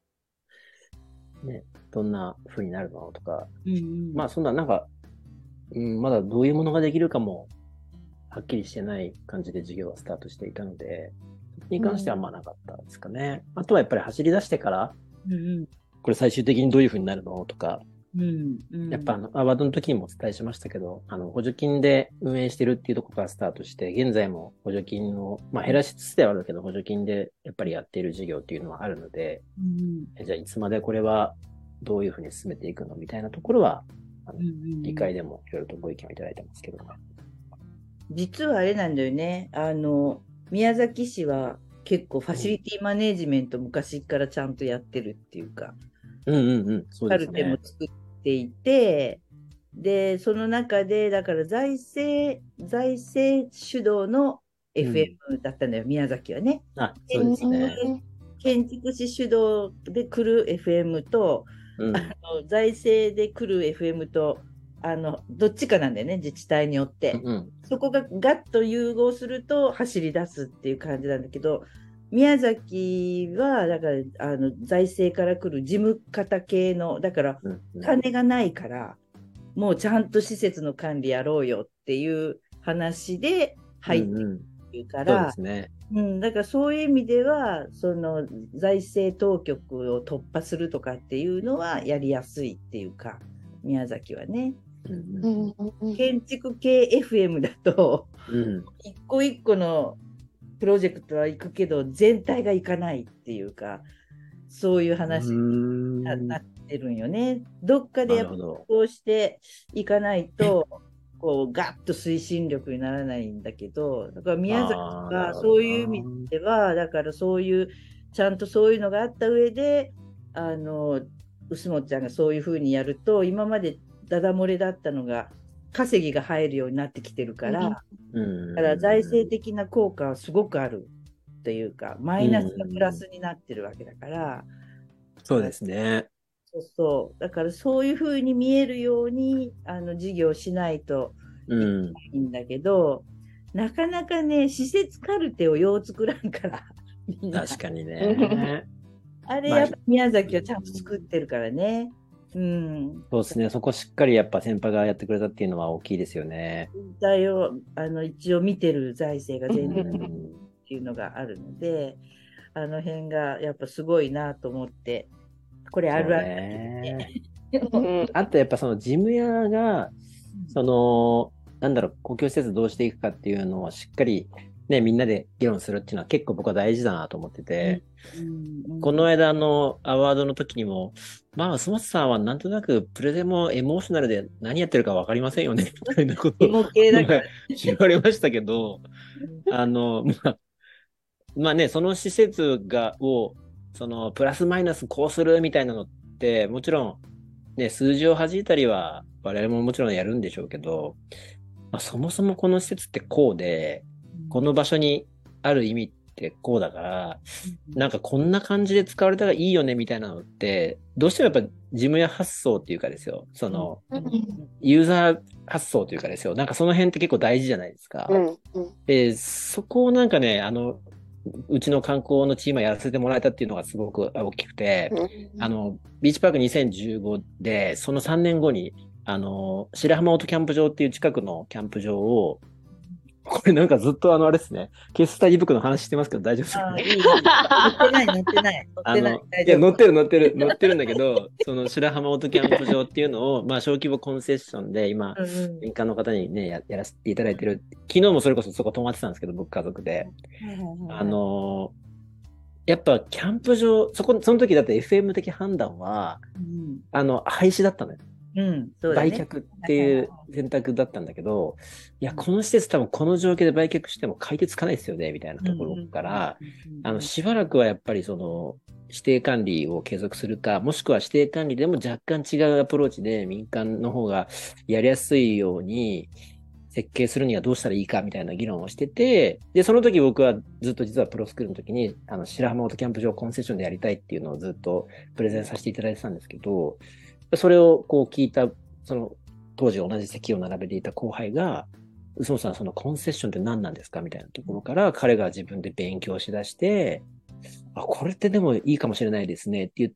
ね、どんな風になるのとか、 うんうんまあそんななんか、うん、まだどういうものができるかも、はっきりしてない感じで授業はスタートしていたので、そこに関してはまあなかったですかね。あとはやっぱり走り出してから、 うんうんこれ最終的にどういう風になるのとか、 うんうん、 やっぱあの、アワードの時にもお伝えしましたけど、あの、補助金で運営してるっていうところからスタートして、現在も補助金を、まあ減らしつつではあるけど、補助金でやっぱりやっている事業っていうのはあるので、 うんえじゃあいつまでこれはどういうふうに進めていくのみたいなところは、あのうんうん議会でもいろいろとご意見をいただいてますけどね。 実はあれなんだよね。あの宮崎市は結構ファシリティマネージメント昔からちゃんとやってるっていうか、 うんうんうん、そうですカルテもね。 作っていて、で、その中で、だから財政、財政主導の エフエム だったんだよ、宮崎はね。 あ、そうですね。 建築士主導で来る エフエム と、 うん。 あの財政で来る エフエム と、あのどっちかなんだよね、自治体によって。 うんそこがガッと融合すると走り出すっていう感じなんだけど、宮崎はだからあの財政から来る事務方系の、だからうんうん。 金がないからもうちゃんと施設の管理やろうよっていう話で入ってうんうんくるかそうら、 ですね。 うん、だからそういう意味ではその財政当局を突破するとかっていうのはやりやすいっていうか、宮崎はね。 うんううんん建築系 エフエム だとうん一個一個のプロジェクトは行くけど全体が行かないっていうか、そういう話うーんにななってるんよね。どっかでやっぱなるほど。 こうしていかないとこうガッと推進力にならないんだけど、だから宮崎はあーなるほどそういう意味ではだからそういうちゃんとそういうのがあった上で、あの臼本ちゃんがそういうふうにやると今までダダ漏れだったのが稼ぎが入るようになってきてるから、 うんだから財政的な効果はすごくあるというか、マイナスがプラスになってるわけだから、 そうですね。 そうそう、だからそういうふうに見えるようにあの事業しないとうん。 いいんだけど、なかなかね、施設カルテをよう作らんから、みんな。 確かにね。 あれ、 まあやっぱ宮崎はちゃんと作ってるからね。うん。 そうですね。そこしっかりやっぱ先輩がやってくれたっていうのは大きいですよね。 全体をあの一応見てる財政が全う然っんていうのがあるので、あの辺がやっぱすごいなと思って、これあるあるだけね。 うんあとやっぱその事務屋が、その、なんだろう、公共施設どうしていくかっていうのをしっかりね、みんなで議論するっていうのは結構僕は大事だなと思ってて、 うんうんこの間のアワードの時にも、まあ、スモスさんはなんとなくプレゼンもエモーショナルで何やってるかわかりませんよね、みたいなことをエモ系だから、 言われましたけど、あの、まあ、 まあね、その施設が、を、その、プラスマイナスこうするみたいなのって、もちろん、ね、数字を弾いたりは、我々ももちろんやるんでしょうけど、まあ、そもそもこの施設ってこうで、この場所にある意味ってこうだから、なんかこんな感じで使われたらいいよねみたいなのって、どうしてもやっぱ事務屋発想っていうかですよ、その、ユーザー発想というかですよ、なんかその辺って結構大事じゃないですか。 うんうんで、そこをなんかね、あの、うちの観光のチームやらせてもらえたっていうのがすごく大きくて、 うんあの、ビーチパークにせんじゅうごで、そのさんねんごに、あの、白浜オートキャンプ場っていう近くのキャンプ場を、これなんかずっとあの、あれですね、ケーススタディブックの話してますけど大丈夫ですかね。 あいい、いい。乗ってない、乗ってない。乗ってない。 あの、いや、乗ってる乗ってる、乗ってるんだけど、その白浜オートキャンプ場っていうのを、まあ、小規模コンセッションで今、 うんうん民間の方にね、や、やらせていただいてる。昨日もそれこそそこ泊まってたんですけど、僕家族で。 はいはいはいはいあのーやっぱキャンプ場、そこ、その時だって エフエム 的判断は、 うんあの、廃止だったのよ。 うん、そうだね。 売却っていう選択だったんだけど、いや、この施設多分この状況で売却しても買い手つかないですよね、みたいなところから、あの、しばらくはやっぱりその、指定管理を継続するか、もしくは指定管理でも若干違うアプローチで民間の方がやりやすいように設計するにはどうしたらいいかみたいな議論をしてて、で、その時僕はずっと実はプロスクールの時に、あの、白浜オートキャンプ場コンセッションでやりたいっていうのをずっとプレゼンさせていただいてたんですけど、それをこう聞いた、その当時同じ席を並べていた後輩が、嘘野さん、そのコンセッションって何なんですかみたいなところから彼が自分で勉強しだして、あ、これってでもいいかもしれないですねって言って、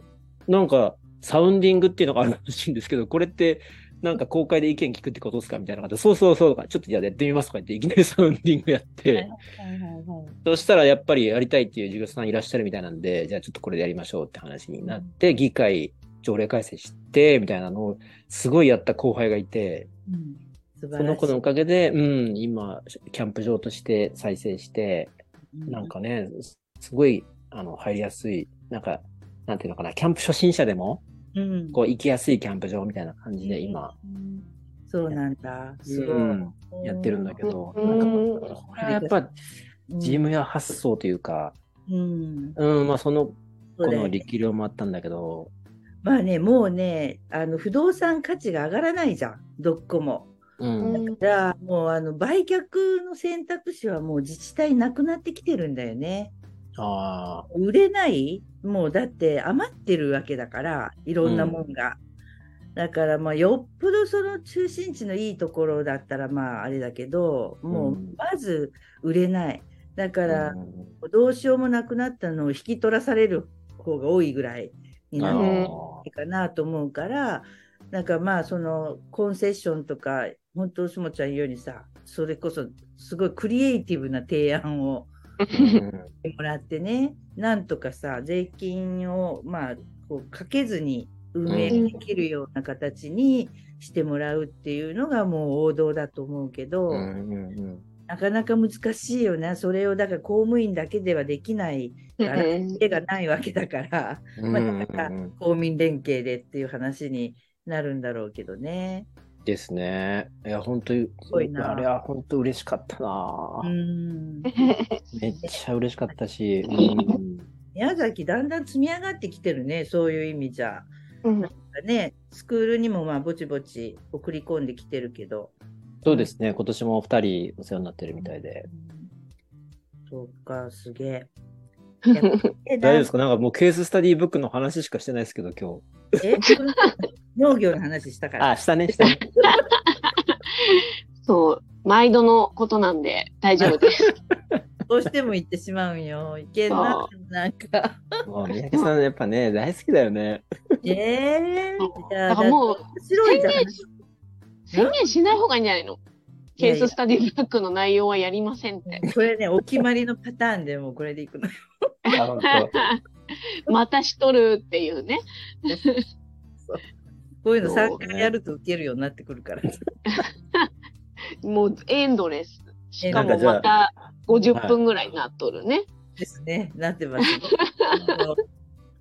なんかサウンディングっていうのがあるらしいんですけど、これってなんか公開で意見聞くってことですかみたいな感じで、そうそうそうとか、ちょっとじゃあやってみますとか言って、いきなりサウンディングやって、 はいはいはいそしたらやっぱりやりたいっていう授業者さんいらっしゃるみたいなんで、じゃあちょっとこれでやりましょうって話になって、議会条例改正して、みたいなのをすごいやった後輩がいて、 うん素晴らしいその子のおかげで、うん、今、キャンプ場として再生して、なんかね、すごい、あの、入りやすい、なんか、なんていうのかな、キャンプ初心者でも、 うんこう、行きやすいキャンプ場みたいな感じで今、 うんそうなんだ。すごい。 うん、やってるんだけど、 うんなんか、これはやっぱ、チームや発想というか、 うん、 うん、まあ、そのそうだよね子の力量もあったんだけど、 まあね、もうね、あの不動産価値が上がらないじゃん、どっこも。 うん、 だからもうあの売却の選択肢はもう自治体なくなってきてるんだよね。 ああ、 売れないもうだって余ってるわけだから、いろんなもんが。だからまあよっぽどその中心地のいいところだったらまああれだけど、もうまず売れない。だからどうしようもなくなったのを引き取らされる方が多いぐらいになっていいかなと思うから、なんかまあそのコンセッションとか、本当しもちゃん言うようにさ、それこそすごいクリエイティブな提案をもらってね、なんとかさ、税金をまあこうかけずに運営できるような形にしてもらうっていうのがもう王道だと思うけど、 うんうんうんなかなか難しいよね。それをだから公務員だけではできないから手がないわけだから、まあ、だから公民連携でっていう話になるんだろうけどね。 ですね。いや、本当に、あれは本当嬉しかったな。 うんめっちゃ嬉しかったし、うん、 宮崎だんだん積み上がってきてるね、そういう意味じゃ。 うんなんかね、スクールにもまあぼちぼち送り込んできてるけど。 そうですね、今年もふたりお世話になってるみたいで。 そうか、すげえ。 大丈夫ですか？なんかもうケーススタディブックの話しかしてないですけど、今日。え農業の話したから。 あ、したね、したね。 そう、毎度のことなんで大丈夫です。 どうしても言ってしまうんよ。いけんな、なんか。 もう三宅さんやっぱね、大好きだよね。 えー、 いやだからもう宣言し、宣言しない方がいいんじゃないの？ケーススタディブックの内容はやりませんって。 これね、お決まりのパターンでもうこれでいくのよ。 あ、本当。またしとるっていうね。 そうこういうのさんかいやると受けるようになってくるから。 もうエンドレス。しかもまたごじゅっぷんぐらいになっとるね。 ですね、なってます。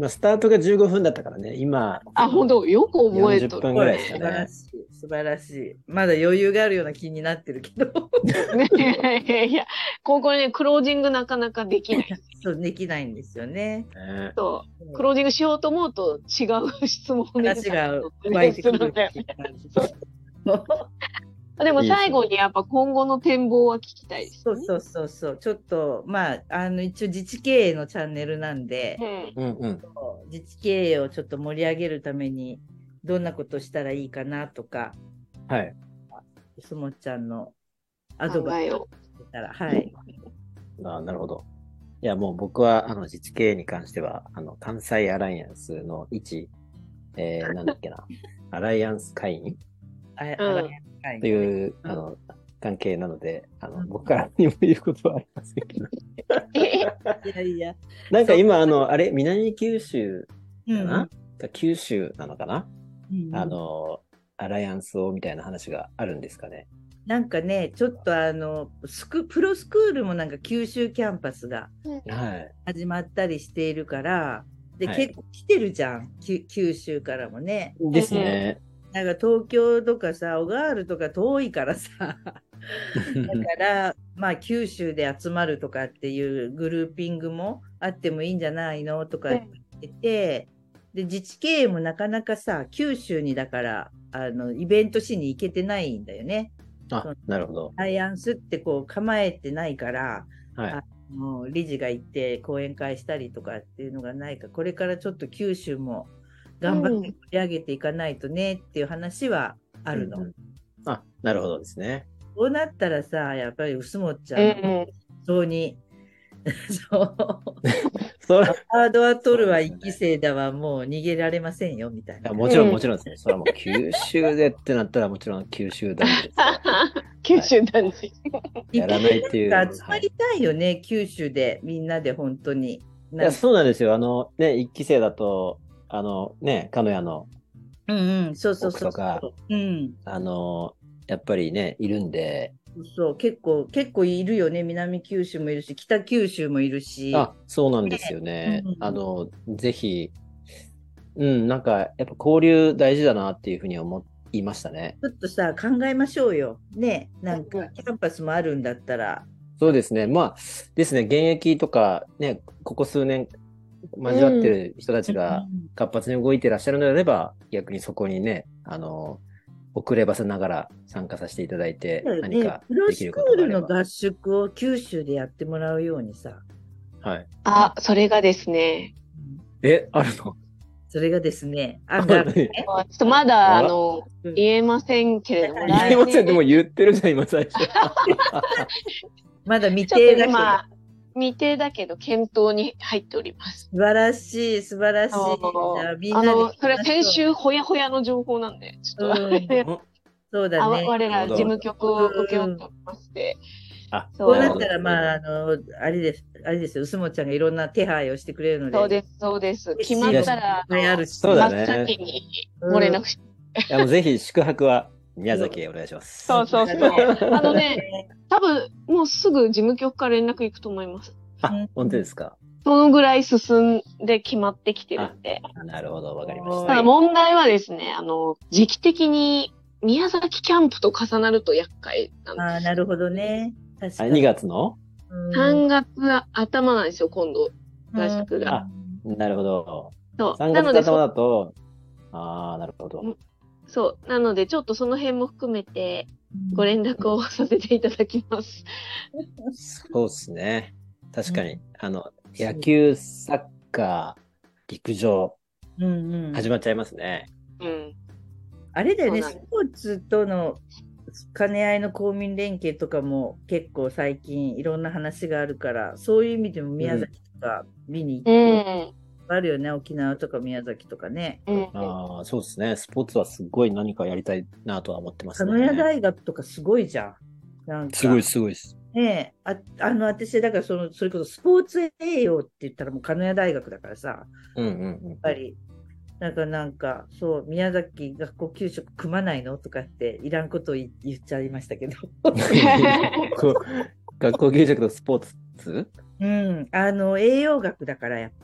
まあ、スタートがじゅうごふんだったからね、今、 あ、本当よく覚えとよんじゅっぷんる。 ぐらいですか素晴らね。 しい、素晴らしい。まだ余裕があるような気になってるけど、 ねいやいや、ここね、クロージングなかなかできない。 そうできないんですよね。 ねそう、クロージングしようと思うと違う質問で話が湧いてくるっていう感じ。 でも最後にやっぱ今後の展望は聞きたいですね。 そうそうそうそう。ちょっと、まあ、あの、一応自治経営のチャンネルなんで、 うんうんうん。 自治経営をちょっと盛り上げるために、どんなことしたらいいかなとか、 はい。 すもちゃんのアドバイス考えを。 してたら、はい。 あなるほど。いや、もう僕は、あの、自治経営に関しては、あの、関西アライアンスの一、えー、なんだっけな、アライアンス会員あうんあはいという、あの、関係なので、あの、僕からにも言うことはありませんけど。 いやいや。 なんか今、あの、あれ、南九州うんかな、九州なのかな、 うんあの、アライアンスをみたいな話があるんですかね。 なんかね、ちょっとあの、スク、プロスクールもなんか九州キャンパスがはい。 始まったりしているから、で、 はい結構来てるじゃん、き九州からもね。 ですね。 なんか東京とかさ、小川原とか遠いからさ、だから、まあ九州で集まるとかっていうグルーピングもあってもいいんじゃないのとか言ってて、で、自治経営もなかなかさ、九州にだから、あの、イベントしに行けてないんだよね。 あ、なるほど。 アイアンスってこう構えてないから、 はい。 あの理事が行って講演会したりとかっていうのがないか、これからちょっと九州も頑張って盛り上げていかないとねっていう話はあるの。 うんうんあ、なるほどですね。 そうなったらさ、やっぱり薄もっちゃん、 うん本当に、そう、 それハードは取るはいっき生だわ、もう逃げられませんよみたいな。 いやもちろん、もちろんですね。それはもう九州でってなったらもちろん九州男児ですよ。 九州男児。 やらないっていう。 なんか集まりたいよね、九州でみんなで本当に。 いや、そうなんですよ。あの、ね、一期生だと、あの、ね、鹿屋のうんうん、そうそうそう奥とか、 うん、 あの、やっぱりね、いるんで、 そう結構結構いるよね、南九州もいるし、北九州もいるし。 あ、そうなんですよね。 うんあの、ぜひ、うん、なんか、やっぱ交流大事だなっていうふうに思いましたね。 ちょっとさ、考えましょうよ。ね、なんかキャンパスもあるんだったら。 そうですね。まあ、ですね、現役とか、ね、ここ数年交わってる人たちが活発に動いてらっしゃるのであれば、逆にそこにね、あの、遅ればせながら参加させていただいて、何ねか、 プロできるスクールことがあれば。 の合宿を九州でやってもらうようにさ。 はい。 あ、それがですね、 え、あるのそれがですね、案があるね。 ちょっとまだ、あの、 うん言えませんけれども、 言えません、でも言ってるじゃん、今最初。 まだ未ちょっと定だけど。 今、未定だけど、検討に入っております。 素晴らしい、素晴らしい。 あじゃあみんなでの、それ先週ほやほやの情報なんで、ちょっと、 うんそうだあね。 我ら事務局を受け負っておりまして、 あ、 そうこうなったら、まあ、あの、あれです、あれですよ、うすもちゃんがいろんな手配をしてくれるので。 そうです、そうです。決まったら、あのいっぱいあるしそうだ真っね。 先にご連絡しいやもうぜひ宿泊は宮崎へお願いします。 そうそうそう。あのね、多分、もうすぐ事務局から連絡行くと思います。 あ、本当ですか。 そのぐらい進んで決まってきてるんで。 なるほど、わかりましたた。 だ問題はですね、あの、時期的に宮崎キャンプと重なると厄介なんです。 ああ、なるほどね。確かあに。 にがつのうんさんがつ頭なんですよ、今度、合宿が。 あなるほど。 そう。 3 なので月頭だと、ああ、なるほど。 そう。なので、ちょっとその辺も含めて、ご連絡をさせていただきます。 そうですね。確かに、あの、野球、サッカー、陸上、 うんうん、 始まっちゃいますね。 うん。 あれだよね、スそうなんポーツとの兼ね合いの公民連携とかも結構最近いろんな話があるから、そういう意味でも宮崎とか見に行っうて、 ん。 あるよね、沖縄とか宮崎とかね。 うん。 ああ、そうですね。スポーツはすごい何かやりたいなとは思ってます鹿屋ね。 大学とかすごいじゃん。なんかすごい、すごいです。 ねえ、ああの私、だからそのそれこそスポーツ栄養って言ったらもう鹿屋大学だからさ、 うんうんうん。 やっぱり、なんかなんか、そう、宮崎学校給食組まないのとかっていらんことを言言っちゃいましたけど。 こう学校給食とスポーツうん、あの、栄養学だからやっぱり。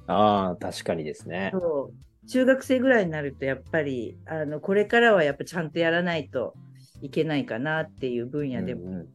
ああ、確かにですね。 そう中学生ぐらいになるとやっぱりあのこれからはやっぱちゃんとやらないといけないかなっていう分野でもあって、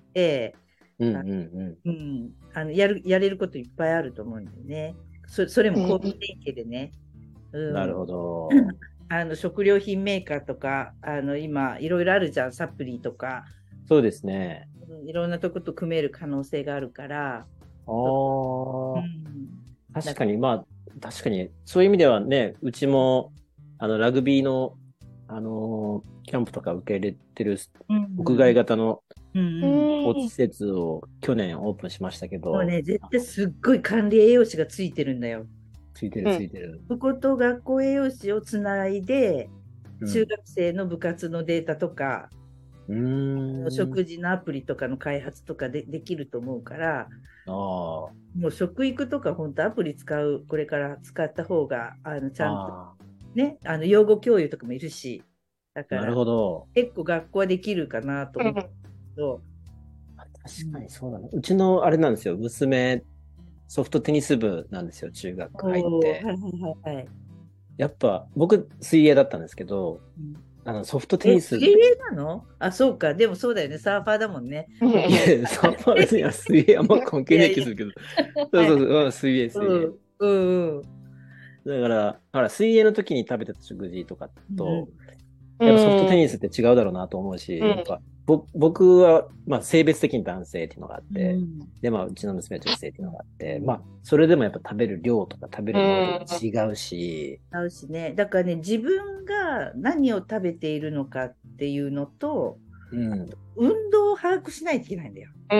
うんうんうんうん、あのやるやれることいっぱいあると思うんでね。そそれもコンビニ系でね。 うん、なるほど。 あの食料品メーカーとかあの今いろいろあるじゃん、サプリとか。 そうですね。 いろんなとこと組める可能性があるから。 ああ、 うん、 確かに、まあ、確かに、そういう意味ではね、うちも、あの、ラグビーの、あのーキャンプとか受け入れてる、屋外型のスポーツ施設を去年オープンしましたけど。 そうね、絶対すっごい管理栄養士がついてるんだよ。 ついてるついてる。 そこと学校栄養士をつないで、中学生の部活のデータとか、うん、食事のアプリとかの開発とかでできると思うから、あもう食育とか本当アプリ使う、これから使った方が、あのちゃんとね、あの養護教諭とかもいるし、だからなるほど結構学校はできるかなと思うけど、 確かにそうだね。うちのあれなんですよ、娘、ソフトテニス部なんですよ、中学入って。はいはいはい、やっぱ、僕、水泳だったんですけど、うん、あのソフトテニス。 水泳なの？あ、そうか。でもそうだよね。サーファーだもんね。 いや、サーファー別に水泳あんま関係ない気するけど。そうそうそう、水泳、水泳。うんうん、だから、ほら、水泳の時に食べてた食事とかと、うん、やっぱソフトテニスって違うだろうなと思うし、うん、やっぱぼ僕は、まあ、性別的に男性っていうのがあって、うん、で、まあ、うちの娘は女性っていうのがあって、うん、まあ、それでもやっぱ食べる量とか食べるものと違うし。 違うしね。だからね、自分が何を食べているのかっていうのと、うん、運動を把握しないといけないんだよ。 うん、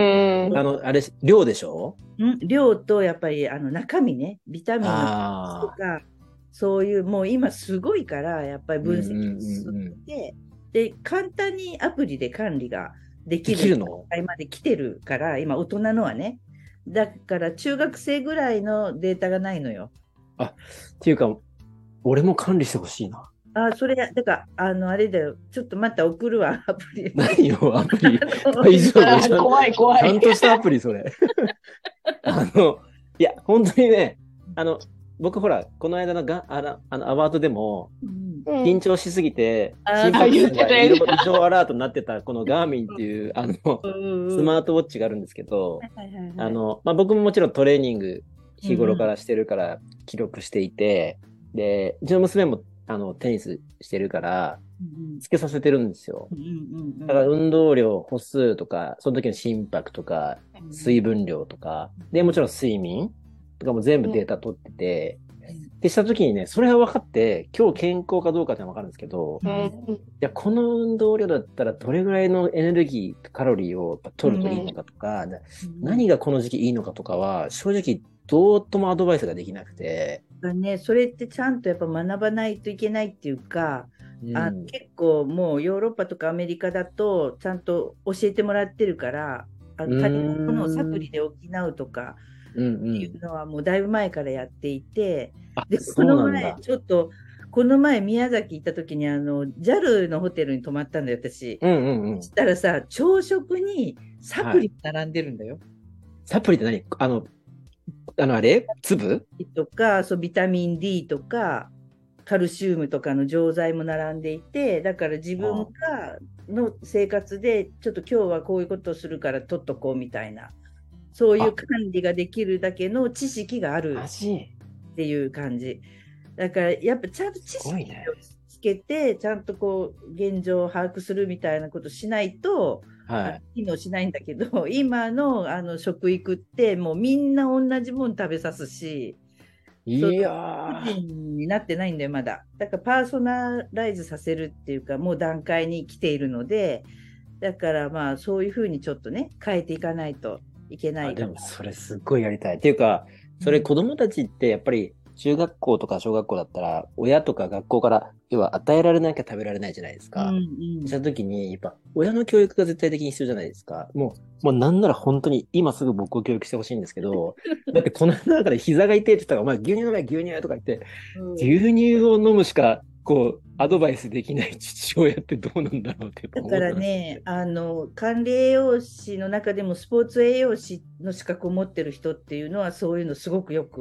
あの、あれ、量でしょ？ うん、量と、やっぱり、あの、中身ね、ビタミンのとか、そういう、もう今すごいから、やっぱり分析が進んで、で、簡単にアプリで管理ができる状態まで来てるから、今大人のはね。だから中学生ぐらいのデータがないのよ。 あ、っていうか、俺も管理してほしいな。 あ、それ、だから、あの、あれだよ。ちょっとまた送るわ、アプリ。 何よ、アプリ。大丈夫。怖い怖い。ちゃんとしたアプリ、それ。あの、いや、本当にね、あの、僕ほら、この間のがあのあのアワードでも、うん、緊張しすぎて、心拍数が異常アラートになってた、このガーミンっていう、あの、スマートウォッチがあるんですけど、あの、まあ、僕ももちろんトレーニング、日頃からしてるから記録していて、うん、で、うちの娘もあのテニスしてるから、つけさせてるんですよ。だから運動量、歩数とか、その時の心拍とか、水分量とか、で、もちろん睡眠とかも全部データ取ってて、でした時にね、それが分かって、今日健康かどうかってのは分かるんですけど、いや、この運動量だったらどれぐらいのエネルギー、カロリーを取るといいのかとか、何がこの時期いいのかとかは、正直、どうともアドバイスができなくて。 ね、それってちゃんとやっぱ学ばないといけないっていうか、うん、あ結構もうヨーロッパとかアメリカだとちゃんと教えてもらってるから、あの食べ物をサプリで補うとかっていうのはもうだいぶ前からやっていて、うんうん、でこの前ちょっとこの前宮崎行った時にあの ジャル のホテルに泊まったんだよ私、うんうんうん、そしたらさ朝食にサプリ並んでるんだよ、はい、 サプリって何？あのあのあれ粒とかそうビタミン ディー とかカルシウムとかの錠剤も並んでいて、だから自分がの生活でちょっと今日はこういうことをするから取っとこうみたいな、そういう管理ができるだけの知識があるっていう感じだから、やっぱちゃんと知識をつけて、ちゃんとこう現状を把握するみたいなことしないと、はい、機能しないんだけど、今のあの食育ってもうみんな同じもの食べさすし、いやーになってないんだよまだ。だからパーソナライズさせるっていうかもう段階に来ているので、だからまあそういうふうにちょっとね変えていかないといけない。 でもそれすっごいやりたいっていうか、それ子供たちってやっぱり中学校とか小学校だったら親とか学校から要は与えられなきゃ食べられないじゃないですか。うんうん、その時にやっぱ親の教育が絶対的に必要じゃないですか。もうもうなんなら本当に今すぐ僕を教育してほしいんですけど、だってこの中で膝が痛いって言ったらお前牛乳飲め牛乳とか言って、うん、牛乳を飲むしかこうアドバイスできない父親ってどうなんだろうってだからね、あの管理栄養士の中でもスポーツ栄養士の資格を持ってる人っていうのはそういうのすごくよく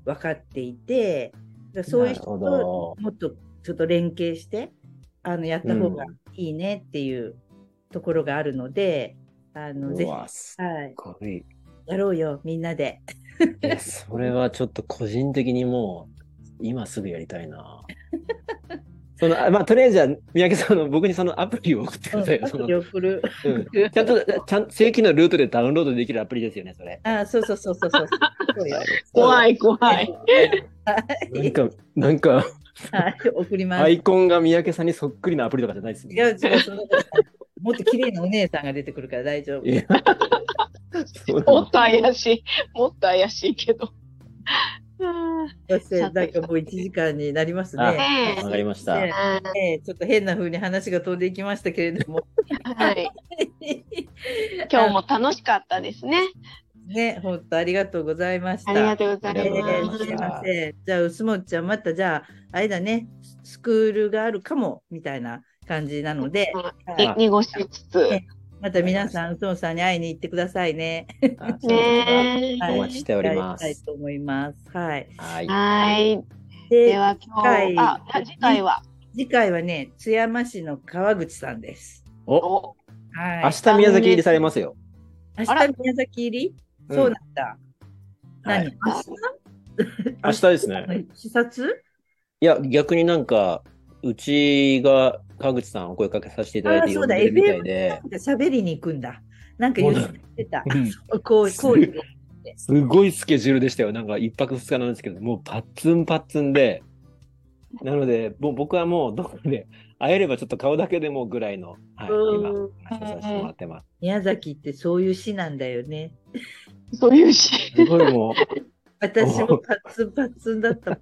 分かっていて、だからそういう人なるほとどもっとちょっと連携してあのやった方がいいねっていうところがあるので、あのぜひ、 うわ、すはい、 ごい。 やろうよみんなで。 え、それはちょっと個人的にもう、今すぐやりたいな。その、あまあ、とりあえずじゃあ、三宅さんの僕にそのアプリを送ってくださいよ。そのアプリ送る。 うん、ちゃんと、ちゃん正規のルートでダウンロードできるアプリですよね、それ。 あ、そうそうそうそうそう。そうよ。 怖い怖い。 なんか、なんか、 はい、送ります。 アイコンが三宅さんにそっくりなアプリとかじゃないですね。 違う違う、そんなことないもっと綺麗なお姉さんが出てくるから大丈夫。 いやそうなのもっと怪しい。もっと怪しいけど。うんそして、なんかもういちじかんになりますあね。 わかりました。 ねねちょっと変な風に話が飛んでいきましたけれども。 はい。今日も楽しかったですね。 ね、本当ありがとうございました。 ありがとうございありがとうございま。 ますすいません。じゃあ、うすもっちゃん、またじゃあ、あれだね、スクールがあるかも、みたいな感じなので、 に濁しつつ。 ねまた皆さん、うすもさんに会いに行ってくださいね。 あそうですかねお待ちしておりますやりたいと思います。はい。 はい。 はい。 ででは今日、あ、次回は。 次回はね、津山市の川口さんです。 お、 お、 はい。 明日宮崎入りされますよ。 明あら日宮崎入り、 うんそうなんだ。 は何、 い明明日ですね。 視察いや、逆になんか、うちが川口さんお声かけさせていただいてあそうだ呼んでるみたいで、 喋りに行くんだ。なんか言ってた。 うんそうこう、こういう。 すごいスケジュールでしたよ。なんか一泊二日なんですけど、もうパッツンパッツンで、なので、もう僕はもうどこで会えればちょっと顔だけでもぐらいの、はい、今、 うん話をさせてもらってます。 宮崎ってそういう市なんだよね。 そういうし。 すごいもう、 私もパッツンパッツンだった。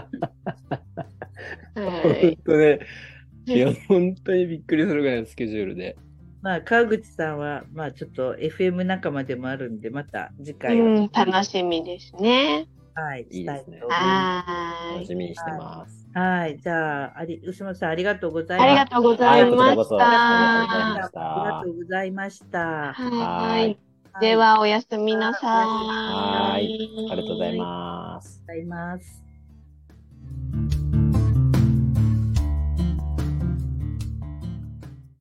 はい。 本当ね、いや、本当にびっくりするぐらいのスケジュールで。 まあ、川口さんは、まあ、ちょっと エフエム 仲間でもあるんで、また次回は、 うん、楽しみですね。 はい、 いいですねしたいと思いまは楽しみにしてます。 す。はい、じゃあ、あり、薄本さん、ありがとうございい。あります。 がとうございまはいこちらこそした。 ありがとうございましたありがとうございました。 はい。では、おやすみなさい。 はい。ありがとうございます。 ありがとうございます。